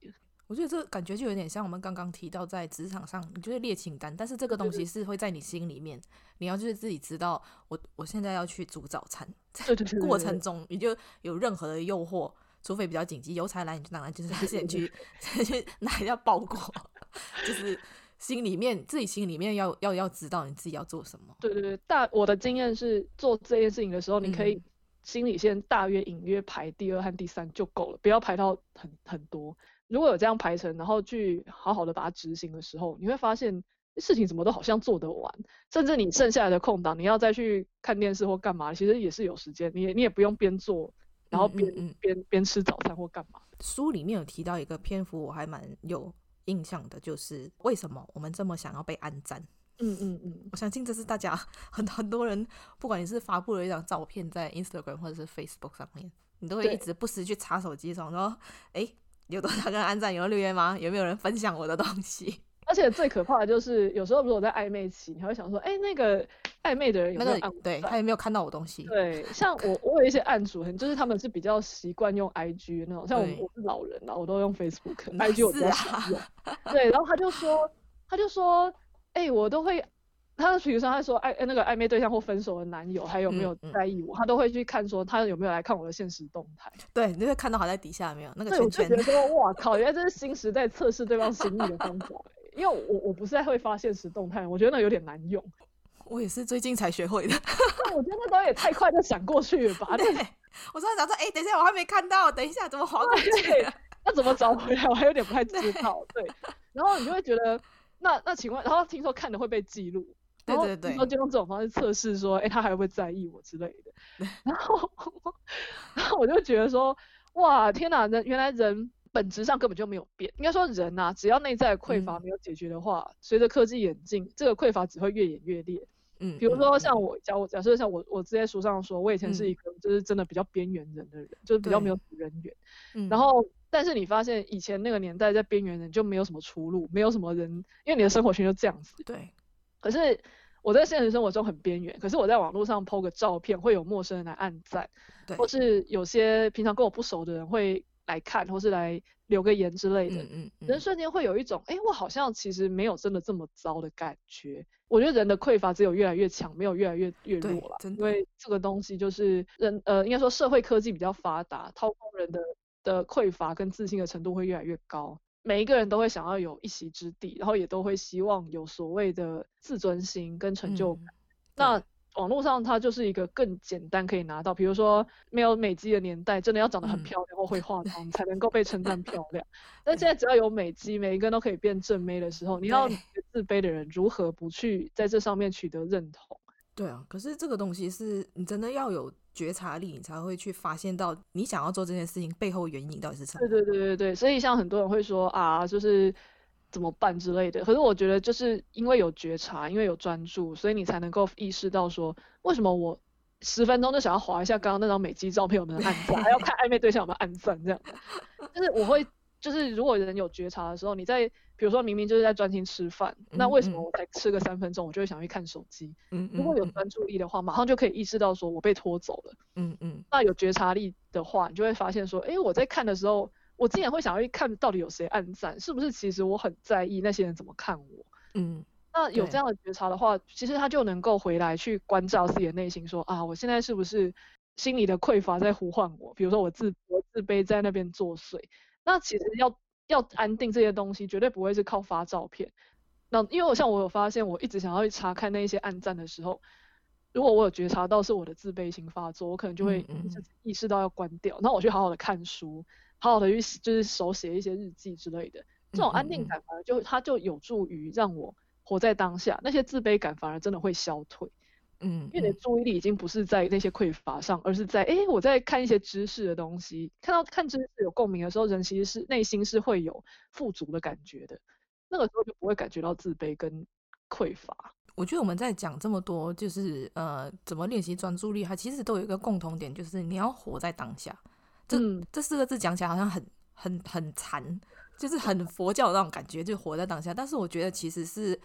我觉得这个感觉就有点像我们刚刚提到在职场上，你就是列清单，但是这个东西是会在你心里面，你要就是自己知道，我我现在要去煮早餐， 对对对， 过程中你就有任何的诱惑，除非比较紧急，邮差来你就当然就是先去去拿一下包裹，就是心里面自己心里面要要要知道你自己要做什么。 对对对，大我的经验是做这件事情的时候，你可以嗯心里先大约隐约排第二和第三就够了，不要排到很很多。如果有这样排成，然后去好好的把它执行的时候，你会发现事情怎么都好像做得完，甚至你剩下来的空档，你要再去看电视或干嘛，其实也是有时间，你也你也不用边做，然后边、 嗯嗯嗯边边吃早餐或干嘛。 书里面有提到一个篇幅，我还蛮有印象的，就是为什么我们这么想要被按赞。 嗯嗯嗯， 我相信这是大家很很多人，不管你是发布了一张照片在 Instagram 或者是 Facebook 上面，你都会一直不时去查手机，说说，哎，有多少个人按赞，有人留言吗？有没有人分享我的东西？ 而且最可怕的就是，有时候如果在暧昧期，你还会想说，哎，那个暧昧的人有没有按我赞？ 那个对他有没有看到我东西？ 对，像我我有一些案主，就是他们是比较习惯用 I G 那种，像我我是老人啦，我都用 Facebook，I G 我比较少用。对，然后他就说，他就说，哎，我都会。他比如说他说暧那个暧昧对象或分手的男友还有没有在意我、嗯嗯、他都会去看说他有没有来看我的现实动态。 对，你就会看到他在底下有没有那个圈圈。 对，我就觉得说哇靠，原来这是新时代测试对方心意的方法。因为我我不是在会发现实动态，我觉得那有点难用。 我也是最近才学会的。 我觉得那东西也太快就闪过去了吧。 对，我突然想说，哎、欸，等一下我还没看到，等一下怎么滑过去了？ 那怎么找回来？我还有点不太知道。对，然后你就会觉得，那那请问，然后听说看的会被记录。 对对对， 然后就用这种方式测试说，哎、欸，他还会不会在意我之类的。然后，然后我就觉得说，哇，天哪，人原来人本质上根本就没有变。应该说人啊，只要内在的匮乏没有解决的话，嗯、随着科技演进，这个匮乏只会越演越烈。嗯，比如说像我假我假设像我我之前书上说，我以前是一个就是真的比较边缘人的人，嗯、就是比较没有人缘。嗯，然后但是你发现以前那个年代在边缘人就没有什么出路，没有什么人，因为你的生活圈就这样子。 对。 可是我在现实生活中很边缘，可是我在网络上 po 个照片，会有陌生人来按赞，或是有些平常跟我不熟的人会来看，或是来留个言之类的，嗯嗯嗯人瞬间会有一种，哎、欸，我好像其实没有真的这么糟的感觉。我觉得人的匮乏只有越来越强，没有越来越越弱了，因为这个东西就是人呃，应该说社会科技比较发达，掏空人的的匮乏跟自信的程度会越来越高。每一个人都会想要有一席之地，然后也都会希望有所谓的自尊心跟成就感。嗯、那网络上它就是一个更简单可以拿到，比如说没有美肌的年代，真的要长得很漂亮或会化妆、嗯、才能够被称赞漂亮。但现在只要有美肌，每一个人都可以变正妹的时候，你要自卑的人如何不去在这上面取得认同？ 对啊，可是这个东西是你真的要有觉察力，你才会去发现到你想要做这件事情背后原因到底是什么。 对对对对对，所以像很多人会说啊，就是怎么办之类的。可是我觉得就是因为有觉察，因为有专注，所以你才能够意识到说，为什么我十分钟就想要滑一下刚刚那张美肌照片有没有按赞，还要看暧昧对象有没有按赞这样。就是我会。就是如果人有觉察的时候，你在比如说明明就是在专心吃饭、嗯，那为什么我才吃个三分钟，我就会想去看手机？嗯如果有专注力的话，马上就可以意识到说我被拖走了。嗯嗯。那有觉察力的话，你就会发现说，哎、欸，我在看的时候，我竟然会想要去看到底有谁按赞，是不是其实我很在意那些人怎么看我？嗯。那有这样的觉察的话，其实他就能够回来去关照自己的内心，说啊，我现在是不是心里的匮乏在呼唤我？比如说我自我自卑在那边作祟。那其实要要安定这些东西，绝对不会是靠发照片。那因为我像我有发现，我一直想要去查看那些按赞的时候，如果我有觉察到是我的自卑心发作，我可能就会意识到要关掉。那我去好好的看书，好好的去就是手写一些日记之类的。这种安定感反而就它就有助于让我活在当下，那些自卑感反而真的会消退。嗯，因为你的注意力已经不是在那些匮乏上，而是在哎、欸，我在看一些知识的东西，看到看知识有共鸣的时候，人其实是内心是会有富足的感觉的，那个时候就不会感觉到自卑跟匮乏。 我觉得我们在讲这么多，就是呃，怎么练习专注力，它其实都有一个共同点，就是你要活在当下。这、嗯、这四个字讲起来好像很很很禅，就是很佛教的那种感觉，就活在当下。但是我觉得其实是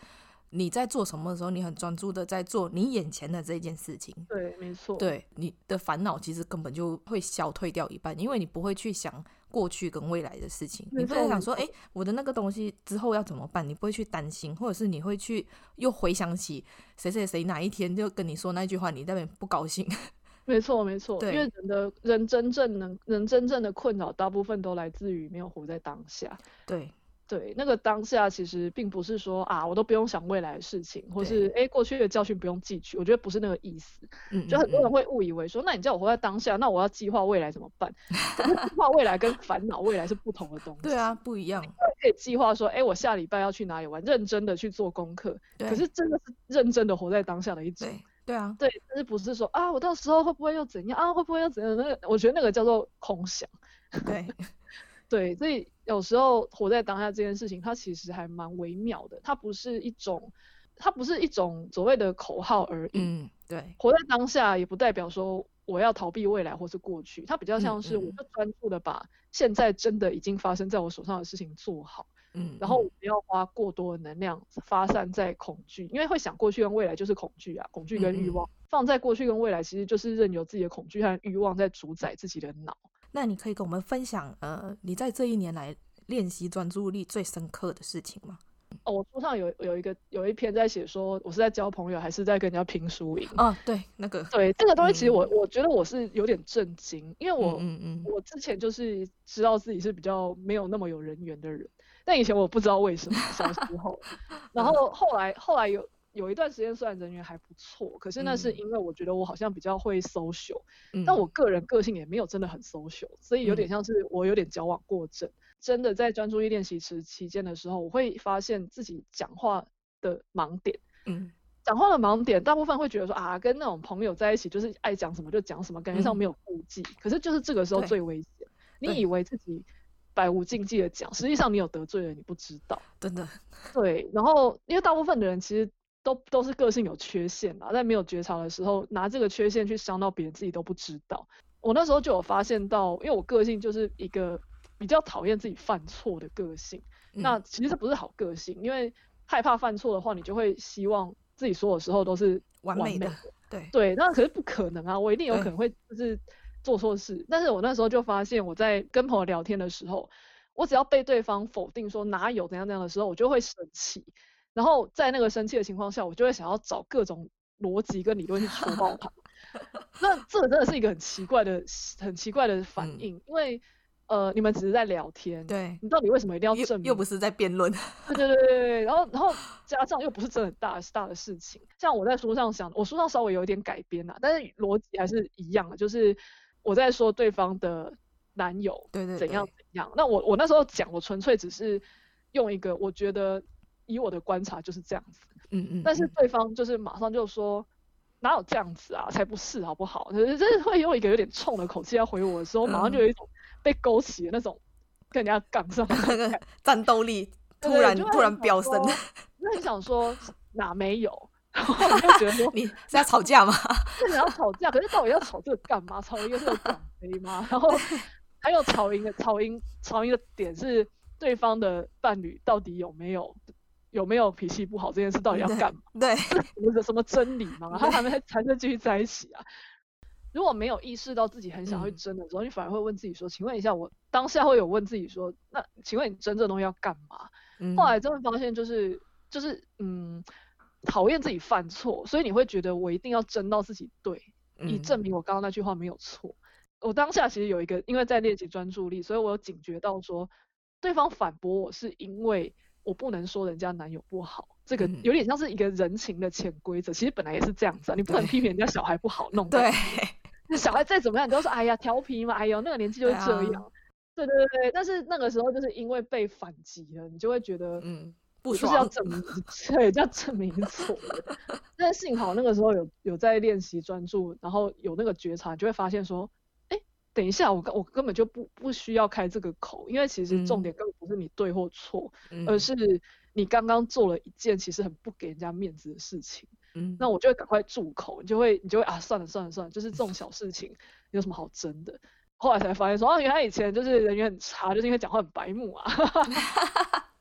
你在做什么的时候，你很专注的在做你眼前的这件事情。 对，没错。 对，你的烦恼其实根本就会消退掉一半，因为你不会去想过去跟未来的事情，你不会想说，哎，我的那个东西之后要怎么办？你不会去担心，或者是你会去又回想起谁谁谁哪一天就跟你说那句话，你那边不高兴。 没错，没错，因为人的人真正能人真正的困扰，大部分都来自于没有活在当下。 对。 对，那个当下其实并不是说啊，我都不用想未来的事情，或是哎过去的教训不用记取，我觉得不是那个意思。嗯，就很多人会误以为说，那你叫我活在当下，那我要计划未来怎么办？可是计划未来跟烦恼未来是不同的东西。 对啊，不一样。 可以计划说，哎，我下礼拜要去哪里玩，认真的去做功课。可是真的是认真的活在当下的一种。 对，对啊， 对，但是不是说啊，我到时候会不会又怎样啊？会不会又怎样？那个，我觉得那个叫做空想。 对。 对，所以有时候活在当下这件事情，它其实还蛮微妙的，它不是一种，它不是一种所谓的口号而已。 嗯，对。 活在当下也不代表说我要逃避未来或是过去，它比较像是我就专注的把现在真的已经发生在我手上的事情做好。嗯，然后我不要花过多的能量发散在恐惧，因为会想过去跟未来就是恐惧啊，恐惧跟欲望，嗯嗯放在过去跟未来其实就是任由自己的恐惧和欲望在主宰自己的脑。 那你可以跟我们分享，呃，你在这一年来练习专注力最深刻的事情吗？ 哦，我书上有有一个有一篇在写说，我是在交朋友还是在跟人家拼输赢？ 哦，对，那个， 对这个东西，其实我、嗯、我觉得我是有点震惊，因为我嗯嗯我之前就是知道自己是比较没有那么有人缘的人，但以前我不知道为什么小时候，然后后来后来有。有一段时间虽然人缘还不错，可是那是因为我觉得我好像比较会 social、嗯、但我个人个性也没有真的很 social， 所以有点像是我有点矫枉过正、嗯、真的在专注力练习期期间的时候，我会发现自己讲话的盲点。嗯，讲话的盲点大部分会觉得说啊，跟那种朋友在一起就是爱讲什么就讲什么，感觉上没有顾忌、嗯、可是就是这个时候最危险，你以为自己百无禁忌的讲，实际上你有得罪人你不知道， 真的。 对，然后因为大部分的人其实都都是个性有缺陷啦，在没有觉察的时候拿这个缺陷去伤到别人，自己都不知道。我那时候就有发现到，因为我个性就是一个比较讨厌自己犯错的个性、嗯、那其实这不是好个性，因为害怕犯错的话，你就会希望自己所有时候都是完美的。 完美的，对对，那可是不可能啊，我一定有可能会就是做错事。但是我那时候就发现，我在跟朋友聊天的时候，我只要被对方否定说哪有怎样怎样的时候，我就会生气。然后在那个生气的情况下，我就会想要找各种逻辑跟理论去戳爆他。那这个真的是一个很奇怪的、很奇怪的反应，嗯、因为呃，你们只是在聊天， 对， 你到底为什么一定要证明？ 又, 又不是在辩论。 对对对对对，然后然后加上又不是真的很大大的事情。像我在书上想，我书上稍微有一点改编啦，但是逻辑还是一样的，就是我在说对方的男友对对对怎样怎样。那我我那时候讲，我纯粹只是用一个我觉得。以我的观察就是这样子，嗯嗯，但是对方就是马上就说哪有这样子啊，才不是好不好？就是会用一个有点冲的口气要回我的时候，嗯、马上就有一种被勾起的那种跟人家杠上的那个战斗力突然突然飙升， 就很想说哪没有，然后我就觉得说你是要吵架吗？ 是你要吵架，可是到底要吵这个干嘛？吵一个这个港飞吗？然后还有吵赢的吵赢吵赢的点是对方的伴侣到底有没有？有没有脾气不好这件事到底要干嘛？ 对， 对什么真理吗？他还没才能继续在一起啊？如果没有意识到自己很想要去争的时候、嗯，你反而会问自己说：“请问一下，我当下会有问自己说，那请问你争这东西要干嘛？”嗯、后来真的发现就是就是嗯，讨厌自己犯错，所以你会觉得我一定要争到自己对，以证明我刚刚那句话没有错。嗯、我当下其实有一个，因为在练习专注力，所以我有警觉到说，对方反驳我是因为。我不能说人家男友不好，这个有点像是一个人情的潜规则、嗯，其实本来也是这样子啊，你不能批评人家小孩不好弄。 对， 小孩再怎么样，你都说哎呀调皮嘛，哎呦那个年纪就是这样。对、啊、对对对，但是那个时候就是因为被反击了，你就会觉得嗯，不爽，就是要证明，对，要证明错的。但幸好那个时候有有在练习专注，然后有那个觉察，你就会发现说。等一下，我我根本就不不需要开这个口，因为其实重点根本不是你对或错、嗯，而是你刚刚做了一件其实很不给人家面子的事情。嗯，那我就会赶快住口，你就会你就会啊，算了算了算了，就是这种小事情有什么好争的？后来才发现说啊，原来以前就是人缘很差，就是因为讲话很白目啊。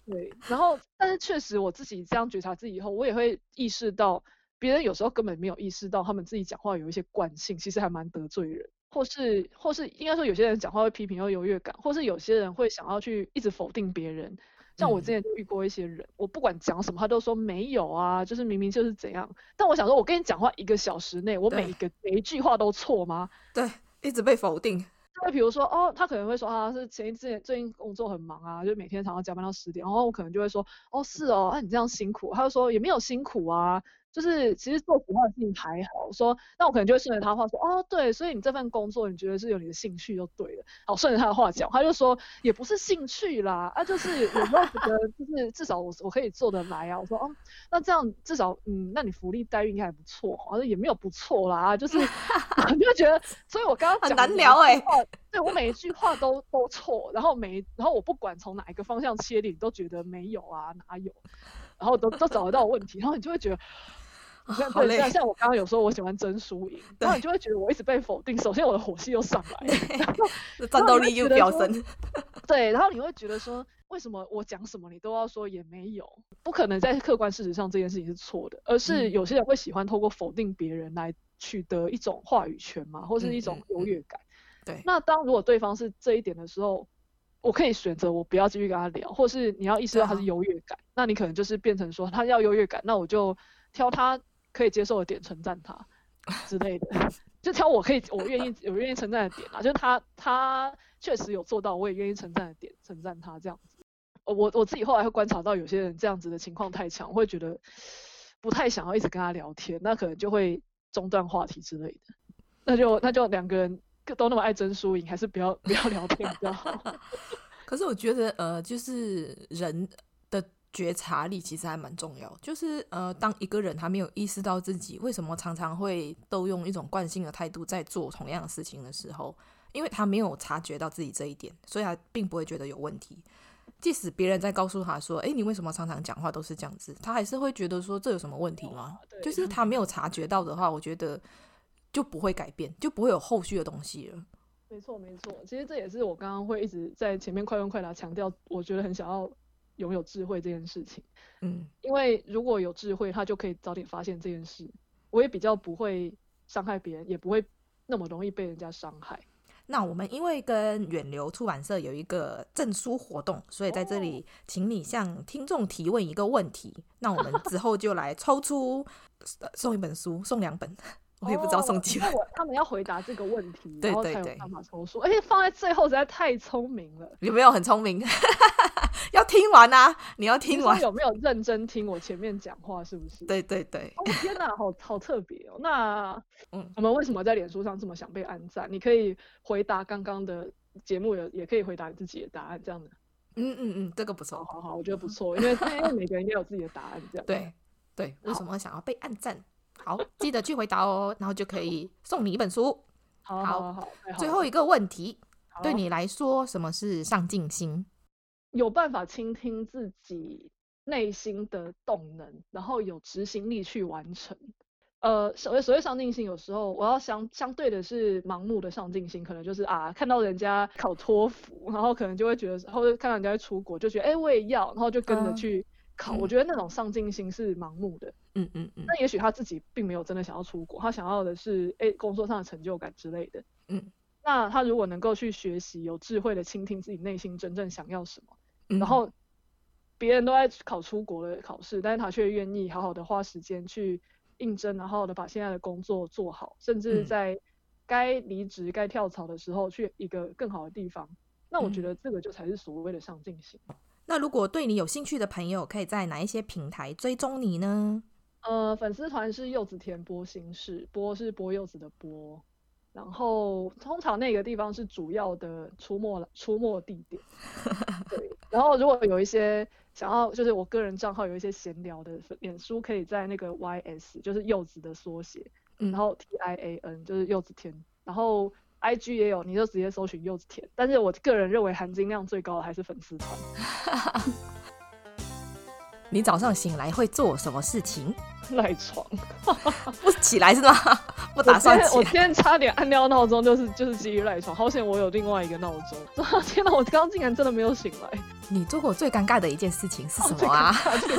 对，然后但是确实我自己这样觉察自己以后，我也会意识到别人有时候根本没有意识到他们自己讲话有一些惯性，其实还蛮得罪人，或是或是应该说有些人讲话会批评有优越感，或是有些人会想要去一直否定别人。像我之前就遇过一些人，嗯、我不管讲什么，他都说没有啊，就是明明就是怎样。但我想说，我跟你讲话一个小时内，我每一个每一句话都错吗？ 对，一直被否定。 就比如说，哦，他可能会说啊，是前一阵最近工作很忙啊，就每天常常加班到十点，然后我可能就会说，哦，是哦，那、啊、你这样辛苦，他就说也没有辛苦啊。就是其实做其他的事情还好，说那我可能就会顺着他话说，哦对，所以你这份工作你觉得是有你的兴趣就对了。好，顺着他的话讲，他就说也不是兴趣啦，啊就是有时候觉得就是至少我我可以做得来啊。我说哦，那这样至少嗯，那你福利待遇应该还不错，好像也没有不错啦，就是你就觉得，所以我刚刚很难聊哎、 欸，对我每一句话都都错，然后每然后我不管从哪一个方向切你都觉得没有啊，哪有，然后都都找得到问题，然后你就会觉得。像对，像像我刚刚有说我喜欢争输赢，然后你就会觉得我一直被否定，首先我的火气又上来了， 战斗力又飙升。 对，然后你会觉得说，为什么我讲什么你都要说也没有？不可能在客观事实上这件事情是错的，而是有些人会喜欢透过否定别人来取得一种话语权嘛，或是一种优越感。 嗯嗯嗯、对。 那当如果对方是这一点的时候，我可以选择我不要继续跟他聊，或是你要意识到他是优越感，啊、那你可能就是变成说他要优越感，那我就挑他可以接受的点称赞他之类的，就挑我可以我愿意我愿意称赞的点啊，就是他他确实有做到，我也愿意称赞的点称赞他这样子。我我自己后来会观察到有些人这样子的情况太强，会觉得不太想要一直跟他聊天，那可能就会中断话题之类的，那就那就两个人都那么爱争输赢，还是不要不要聊天比较好。 可是我觉得呃，就是人的觉察力其实还蛮重要，就是呃，当一个人他没有意识到自己为什么常常会都用一种惯性的态度在做同样的事情的时候，因为他没有察觉到自己这一点，所以他并不会觉得有问题。即使别人在告诉他说，哎，你为什么常常讲话都是这样子，他还是会觉得说这有什么问题吗？就是他没有察觉到的话，我觉得就不会改变，就不会有后续的东西了。 没错没错，其实这也是我刚刚会一直在前面快问快答强调，我觉得很想要拥有智慧这件事情。嗯，因为如果有智慧，他就可以早点发现这件事，我也比较不会伤害别人，也不会那么容易被人家伤害。 那我们因为跟远流出版社有一个证书活动，所以在这里请你向听众提问一个问题，哦、那我们之后就来抽出送一本书，送两本。我也不知道送几本、 哦、他们要回答这个问题， 对对对， 然后才有办法抽书。而且放在最后实在太聪明了。 有没有很聪明？要听完啊！你要听完。 你有没有认真听我前面讲话？是不是？ 对对对。 哦天哪，好好特别哦。那嗯，我们为什么在脸书上这么想被按赞？你可以回答刚刚的节目，也也可以回答你自己的答案，这样的。 嗯嗯嗯，这个不错。 好好好，我觉得不错，因为因为每个人也有自己的答案，这样。 对对，为什么想要被按赞？好，记得去回答哦，然后就可以送你一本书。 好好 好, 好, 好， 最后一个问题，对你来说，什么是上进心？ 有办法倾听自己内心的动能，然后有执行力去完成。呃，所谓所谓上进心，有时候我要相相对的是盲目的上进心，可能就是啊，看到人家考托福，然后可能就会觉得，或者看到人家会出国，就觉得哎、欸、我也要，然后就跟着去考。嗯、我觉得那种上进心是盲目的。嗯嗯嗯。那也许他自己并没有真的想要出国，他想要的是哎、欸、工作上的成就感之类的。嗯。那他如果能够去学习，有智慧的倾听自己内心真正想要什么，嗯、然后别人都在考出国的考试，但是他却愿意好好的花时间去应征，然后好好的把现在的工作做好，甚至在该离职、该跳槽的时候去一个更好的地方。那我觉得这个就才是所谓的上进心。嗯、 那如果对你有兴趣的朋友，可以在哪一些平台追踪你呢？ 呃，粉丝团是柚子甜播心事，播是播柚子的播。然后通常那个地方是主要的出没出没地点，对。然后如果有一些想要，就是我个人账号有一些闲聊的，脸书可以在那个 Y S， 就是柚子的缩写，嗯、然后 T I A N 就是柚子甜，然后 I G 也有，你就直接搜寻柚子甜。但是我个人认为含金量最高的还是粉丝团。 你早上醒来会做什么事情？ 赖床。 不起来是吗？不打算起来。 我今天差点按掉闹钟，就是就是基于赖床。好险我有另外一个闹钟。天哪，我刚刚竟然真的没有醒来。 你做过最尴尬的一件事情是什么啊？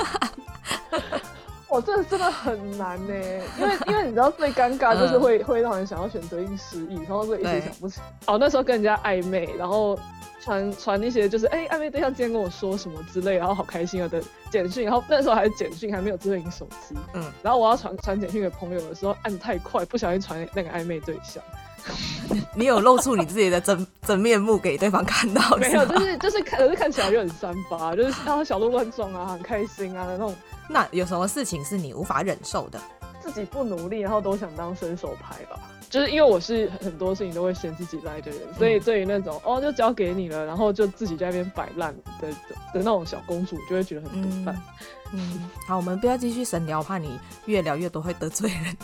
我这真的很难呢，因为因为你知道最尴尬就是会、嗯、会让人想要选择性失忆，然后所以一直想不起。哦，那时候跟人家暧昧，然后传传一些就是哎暧昧对象今天跟我说什么之类，然后好开心啊的简讯，然后那时候还是简讯，还没有智慧型手机，嗯，然后我要传传简讯给朋友的时候按太快，不小心传那个暧昧对象。 你有露出你自己的 真, 真面目给对方看到？ 没有，就是就是看，可是看起来就很三八，就是让他小鹿乱撞啊，很开心啊的那种。 那有什么事情是你无法忍受的？ 自己不努力，然后都想当伸手牌吧。就是因为我是很多事情都会嫌自己来的人，所以对于那种哦就交给你了，然后就自己在那边摆烂的的那种小公主，就会觉得很毒贩。 嗯, 嗯，好，我们不要继续深聊，怕你越聊越多会得罪人。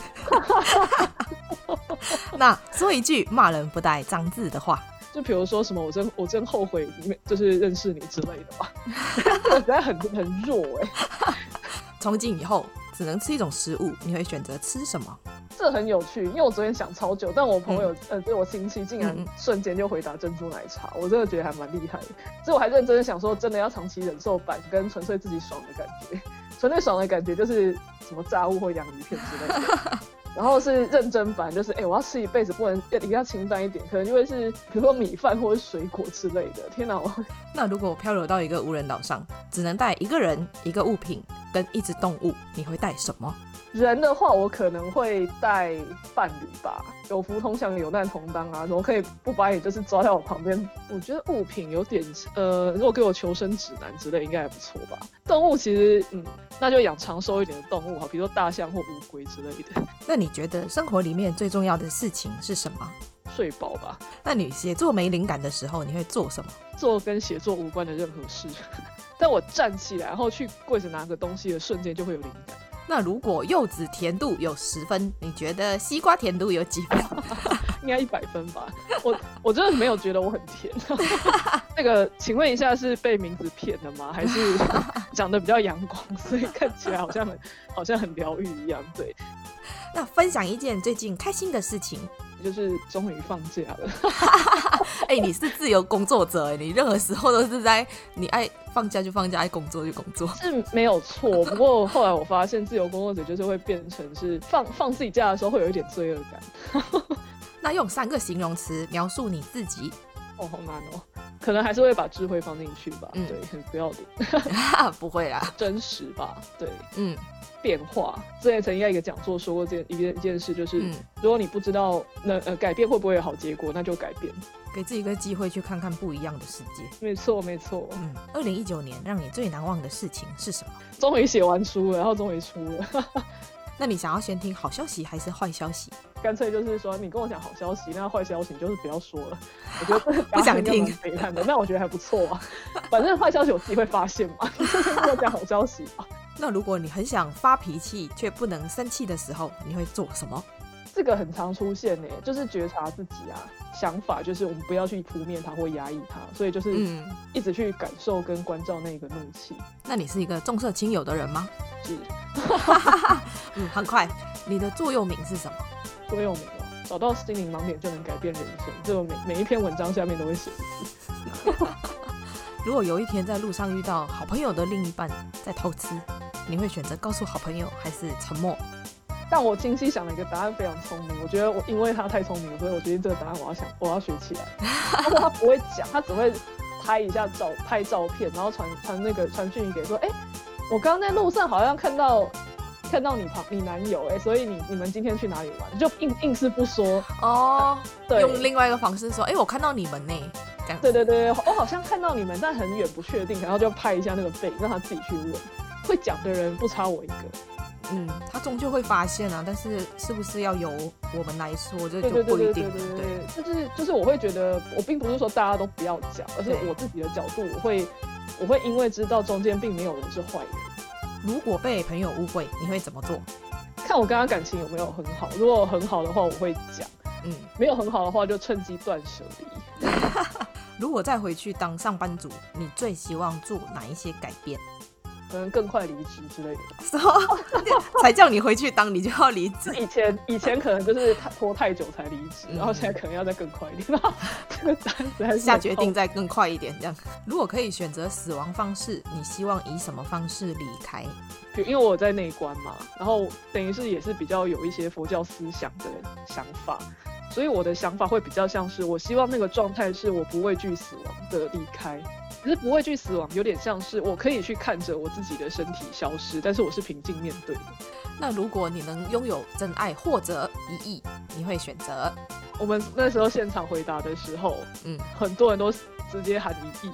那说一句骂人不带脏字的话， 就比如说什么我真我真后悔就是认识你之类的吧。我实在很很弱哎、欸。 从今以后只能吃一种食物，你会选择吃什么？ 这很有趣，因为我昨天想超久，但我朋友、嗯、呃，就是我亲戚竟然瞬间就回答珍珠奶茶，嗯、我真的觉得还蛮厉害的。所以我还认真的想说，真的要长期忍受版跟纯粹自己爽的感觉。纯粹爽的感觉就是什么炸物或洋芋片之类的。然后是认真版，就是哎、欸，我要吃一辈子，不能一定要清淡一点，可能就会是比如说米饭或者水果之类的。天哪！我那如果漂流到一个无人岛上，只能带一个人、一个物品跟一只动物，你会带什么？ 人的话，我可能会带伴侣吧，有福同享，有难同当啊，怎么可以不把你就是抓在我旁边？我觉得物品有点，呃，如果给我求生指南之类，应该还不错吧。动物其实，嗯，那就养长寿一点的动物好，比如说大象或乌龟之类的。 那你觉得生活里面最重要的事情是什么？ 睡饱吧。 那你写作没灵感的时候，你会做什么？ 做跟写作无关的任何事。但我站起来，然后去柜子拿个东西的瞬间，就会有灵感。 那如果柚子甜度有十分，你觉得西瓜甜度有几分？ 应该一百分吧。我我真的没有觉得我很甜。那个，请问一下是被名字骗的吗？还是长得比较阳光，所以看起来好像很好像很疗愈一样？对。 那分享一件最近开心的事情。 就是终于放假了。 哎、欸，你是自由工作者哎，你任何时候都是在你爱放假就放假，爱工作就工作， 是没有错。不过后来我发现，自由工作者就是会变成是放放自己假的时候会有一点罪恶感。 那用三个形容词描述你自己。 哦，好难哦。可能还是会把智慧放进去吧。嗯、对，很不要脸。 不会啦， 真实吧？对， 嗯。 变化，之前曾经在一个讲座说过这一件一件事，就是、嗯、如果你不知道那呃改变会不会有好结果，那就改变， 给自己一个机会去看看不一样的世界。 没错没错。 嗯，二零一九年让你最难忘的事情是什么？ 终于写完书了，然后终于出了。 那你想要先听好消息还是坏消息？ 干脆就是说，你跟我讲好消息，那坏消息就是不要说了。我觉得不想听， 悲惨的，那我觉得还不错啊。反正坏消息我自己会发现嘛，你就先跟我讲好消息吧。 那如果你很想发脾气却不能生气的时候，你会做什么？ 这个很常出现耶，就是觉察自己啊，想法就是我们不要去扑灭它或压抑它，所以就是一直去感受跟关照那个怒气。 那你是一个重色轻友的人吗？ 是。 嗯，很快，你的座右铭是什么？ 座右铭哦，找到心灵盲点就能改变人生，这个 每, 每一篇文章下面都会写一次。 如果有一天在路上遇到好朋友的另一半在偷吃，你会选择告诉好朋友还是沉默？ 但我亲戚想了一个答案非常聪明，我觉得我因为他太聪明了，所以我决定这个答案我要想我要学起来。不过他不会讲，他只会拍一下照拍照片，然后传传那个传讯息给说，哎、欸，我刚刚在路上好像看到看到你旁你男友哎、欸，所以你你们今天去哪里玩？就硬硬是不说哦，对，用另外一个方式说，哎、欸，我看到你们呢。 对对对，我好像看到你们，但很远不确定，然后就拍一下那个背，让他自己去问。会讲的人不差我一个。 嗯，他终究会发现啊，但是是不是要由我们来说，这就不一定了。对对对对， 就是就是我会觉得，我并不是说大家都不要讲，而是我自己的角度，我会我会因为知道中间并没有人是坏人。 如果被朋友误会，你会怎么做？ 看我跟他感情有没有很好，如果很好的话，我会讲。嗯，没有很好的话，就趁机断舍离。 如果再回去当上班族，你最希望做哪一些改变？ 可能更快离职之类的。 什么？才叫你回去当，你就要离职？ 以前以前可能就是拖太久才离职，然后现在可能要再更快一点。这个单实在是下决定再更快一点，这样。如果可以选择死亡方式，你希望以什么方式离开？ 因为我在内观嘛，然后等于是也是比较有一些佛教思想的想法，所以我的想法会比较像是，我希望那个状态是我不畏惧死亡的离开。可是不畏惧死亡有点像是我可以去看着我自己的身体消失，但是我是平静面对的。 那如果你能拥有真爱或者一亿，你会选择？ 我们那时候现场回答的时候，嗯，很多人都直接喊一亿。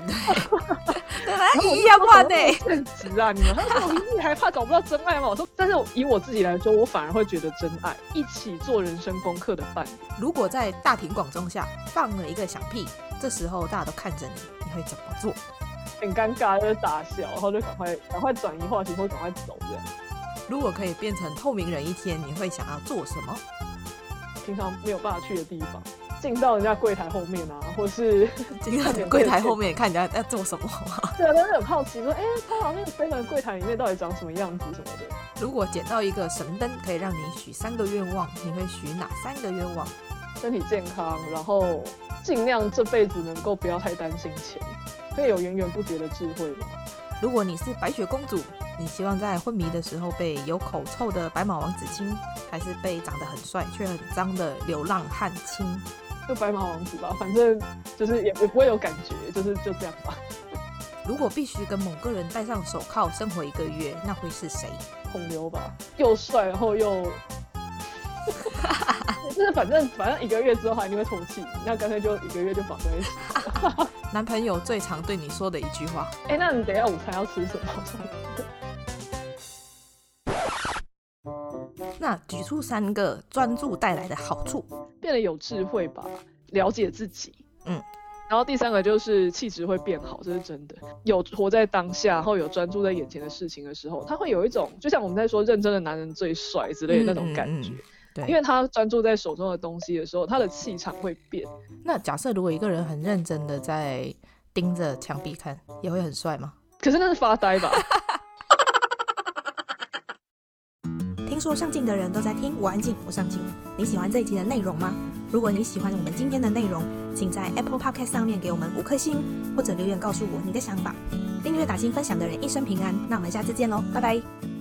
对，一亿要换呢？ 正直啊！你们他说一亿还怕找不到真爱吗？我说，但是以我自己来说，我反而会觉得真爱，一起做人生功课的伴侣。 如果在大庭广众下放了一个响屁，这时候大家都看着你，你会怎么做？ 很尴尬，就是大笑，然后就赶快赶快转移话题，或赶快走这样。 如果可以变成透明人一天，你会想要做什么？ 平常没有办法去的地方，进到人家柜台后面啊，或是进到柜台后面看人家在做什么吗？ 对啊，但是很好奇说，哎、欸，他好像飞人柜台里面到底长什么样子什么的。 如果捡到一个神灯，可以让你许三个愿望，你会许哪三个愿望？ 身体健康，然后尽量这辈子能够不要太担心钱，可以有源源不绝的智慧吗？ 如果你是白雪公主，你希望在昏迷的时候被有口臭的白马王子亲，还是被长得很帅却很脏的流浪汉亲？ 就白马王子吧，反正就是也也不会有感觉，就是就这样吧。 如果必须跟某个人戴上手铐生活一个月，那会是谁？ 孔刘吧，又帅然后又就是反正反正一个月之后他一定会唾弃你，那干脆就一个月就绑在一起。 男朋友最常对你说的一句话。 哎、欸，那你等一下午餐要吃什么？ 那举出三个专注带来的好处。 变得有智慧吧，了解自己。 嗯。 然后第三个就是气质会变好，这是真的。有活在当下，然后有专注在眼前的事情的时候，他会有一种就像我们在说认真的男人最帅之类的那种感觉。嗯嗯嗯对，因为他专注在手中的东西的时候，他的气场会变。 那假设如果一个人很认真的在盯着墙壁看，也会很帅吗？ 可是那是发呆吧。 听说上镜的人都在听，我安静，我上镜。你喜欢这一集的内容吗？如果你喜欢我们今天的内容，请在 Apple Podcast 上面给我们五颗星，或者留言告诉我你的想法。订阅、打星、分享的人一生平安。那我们下次见喽，拜拜。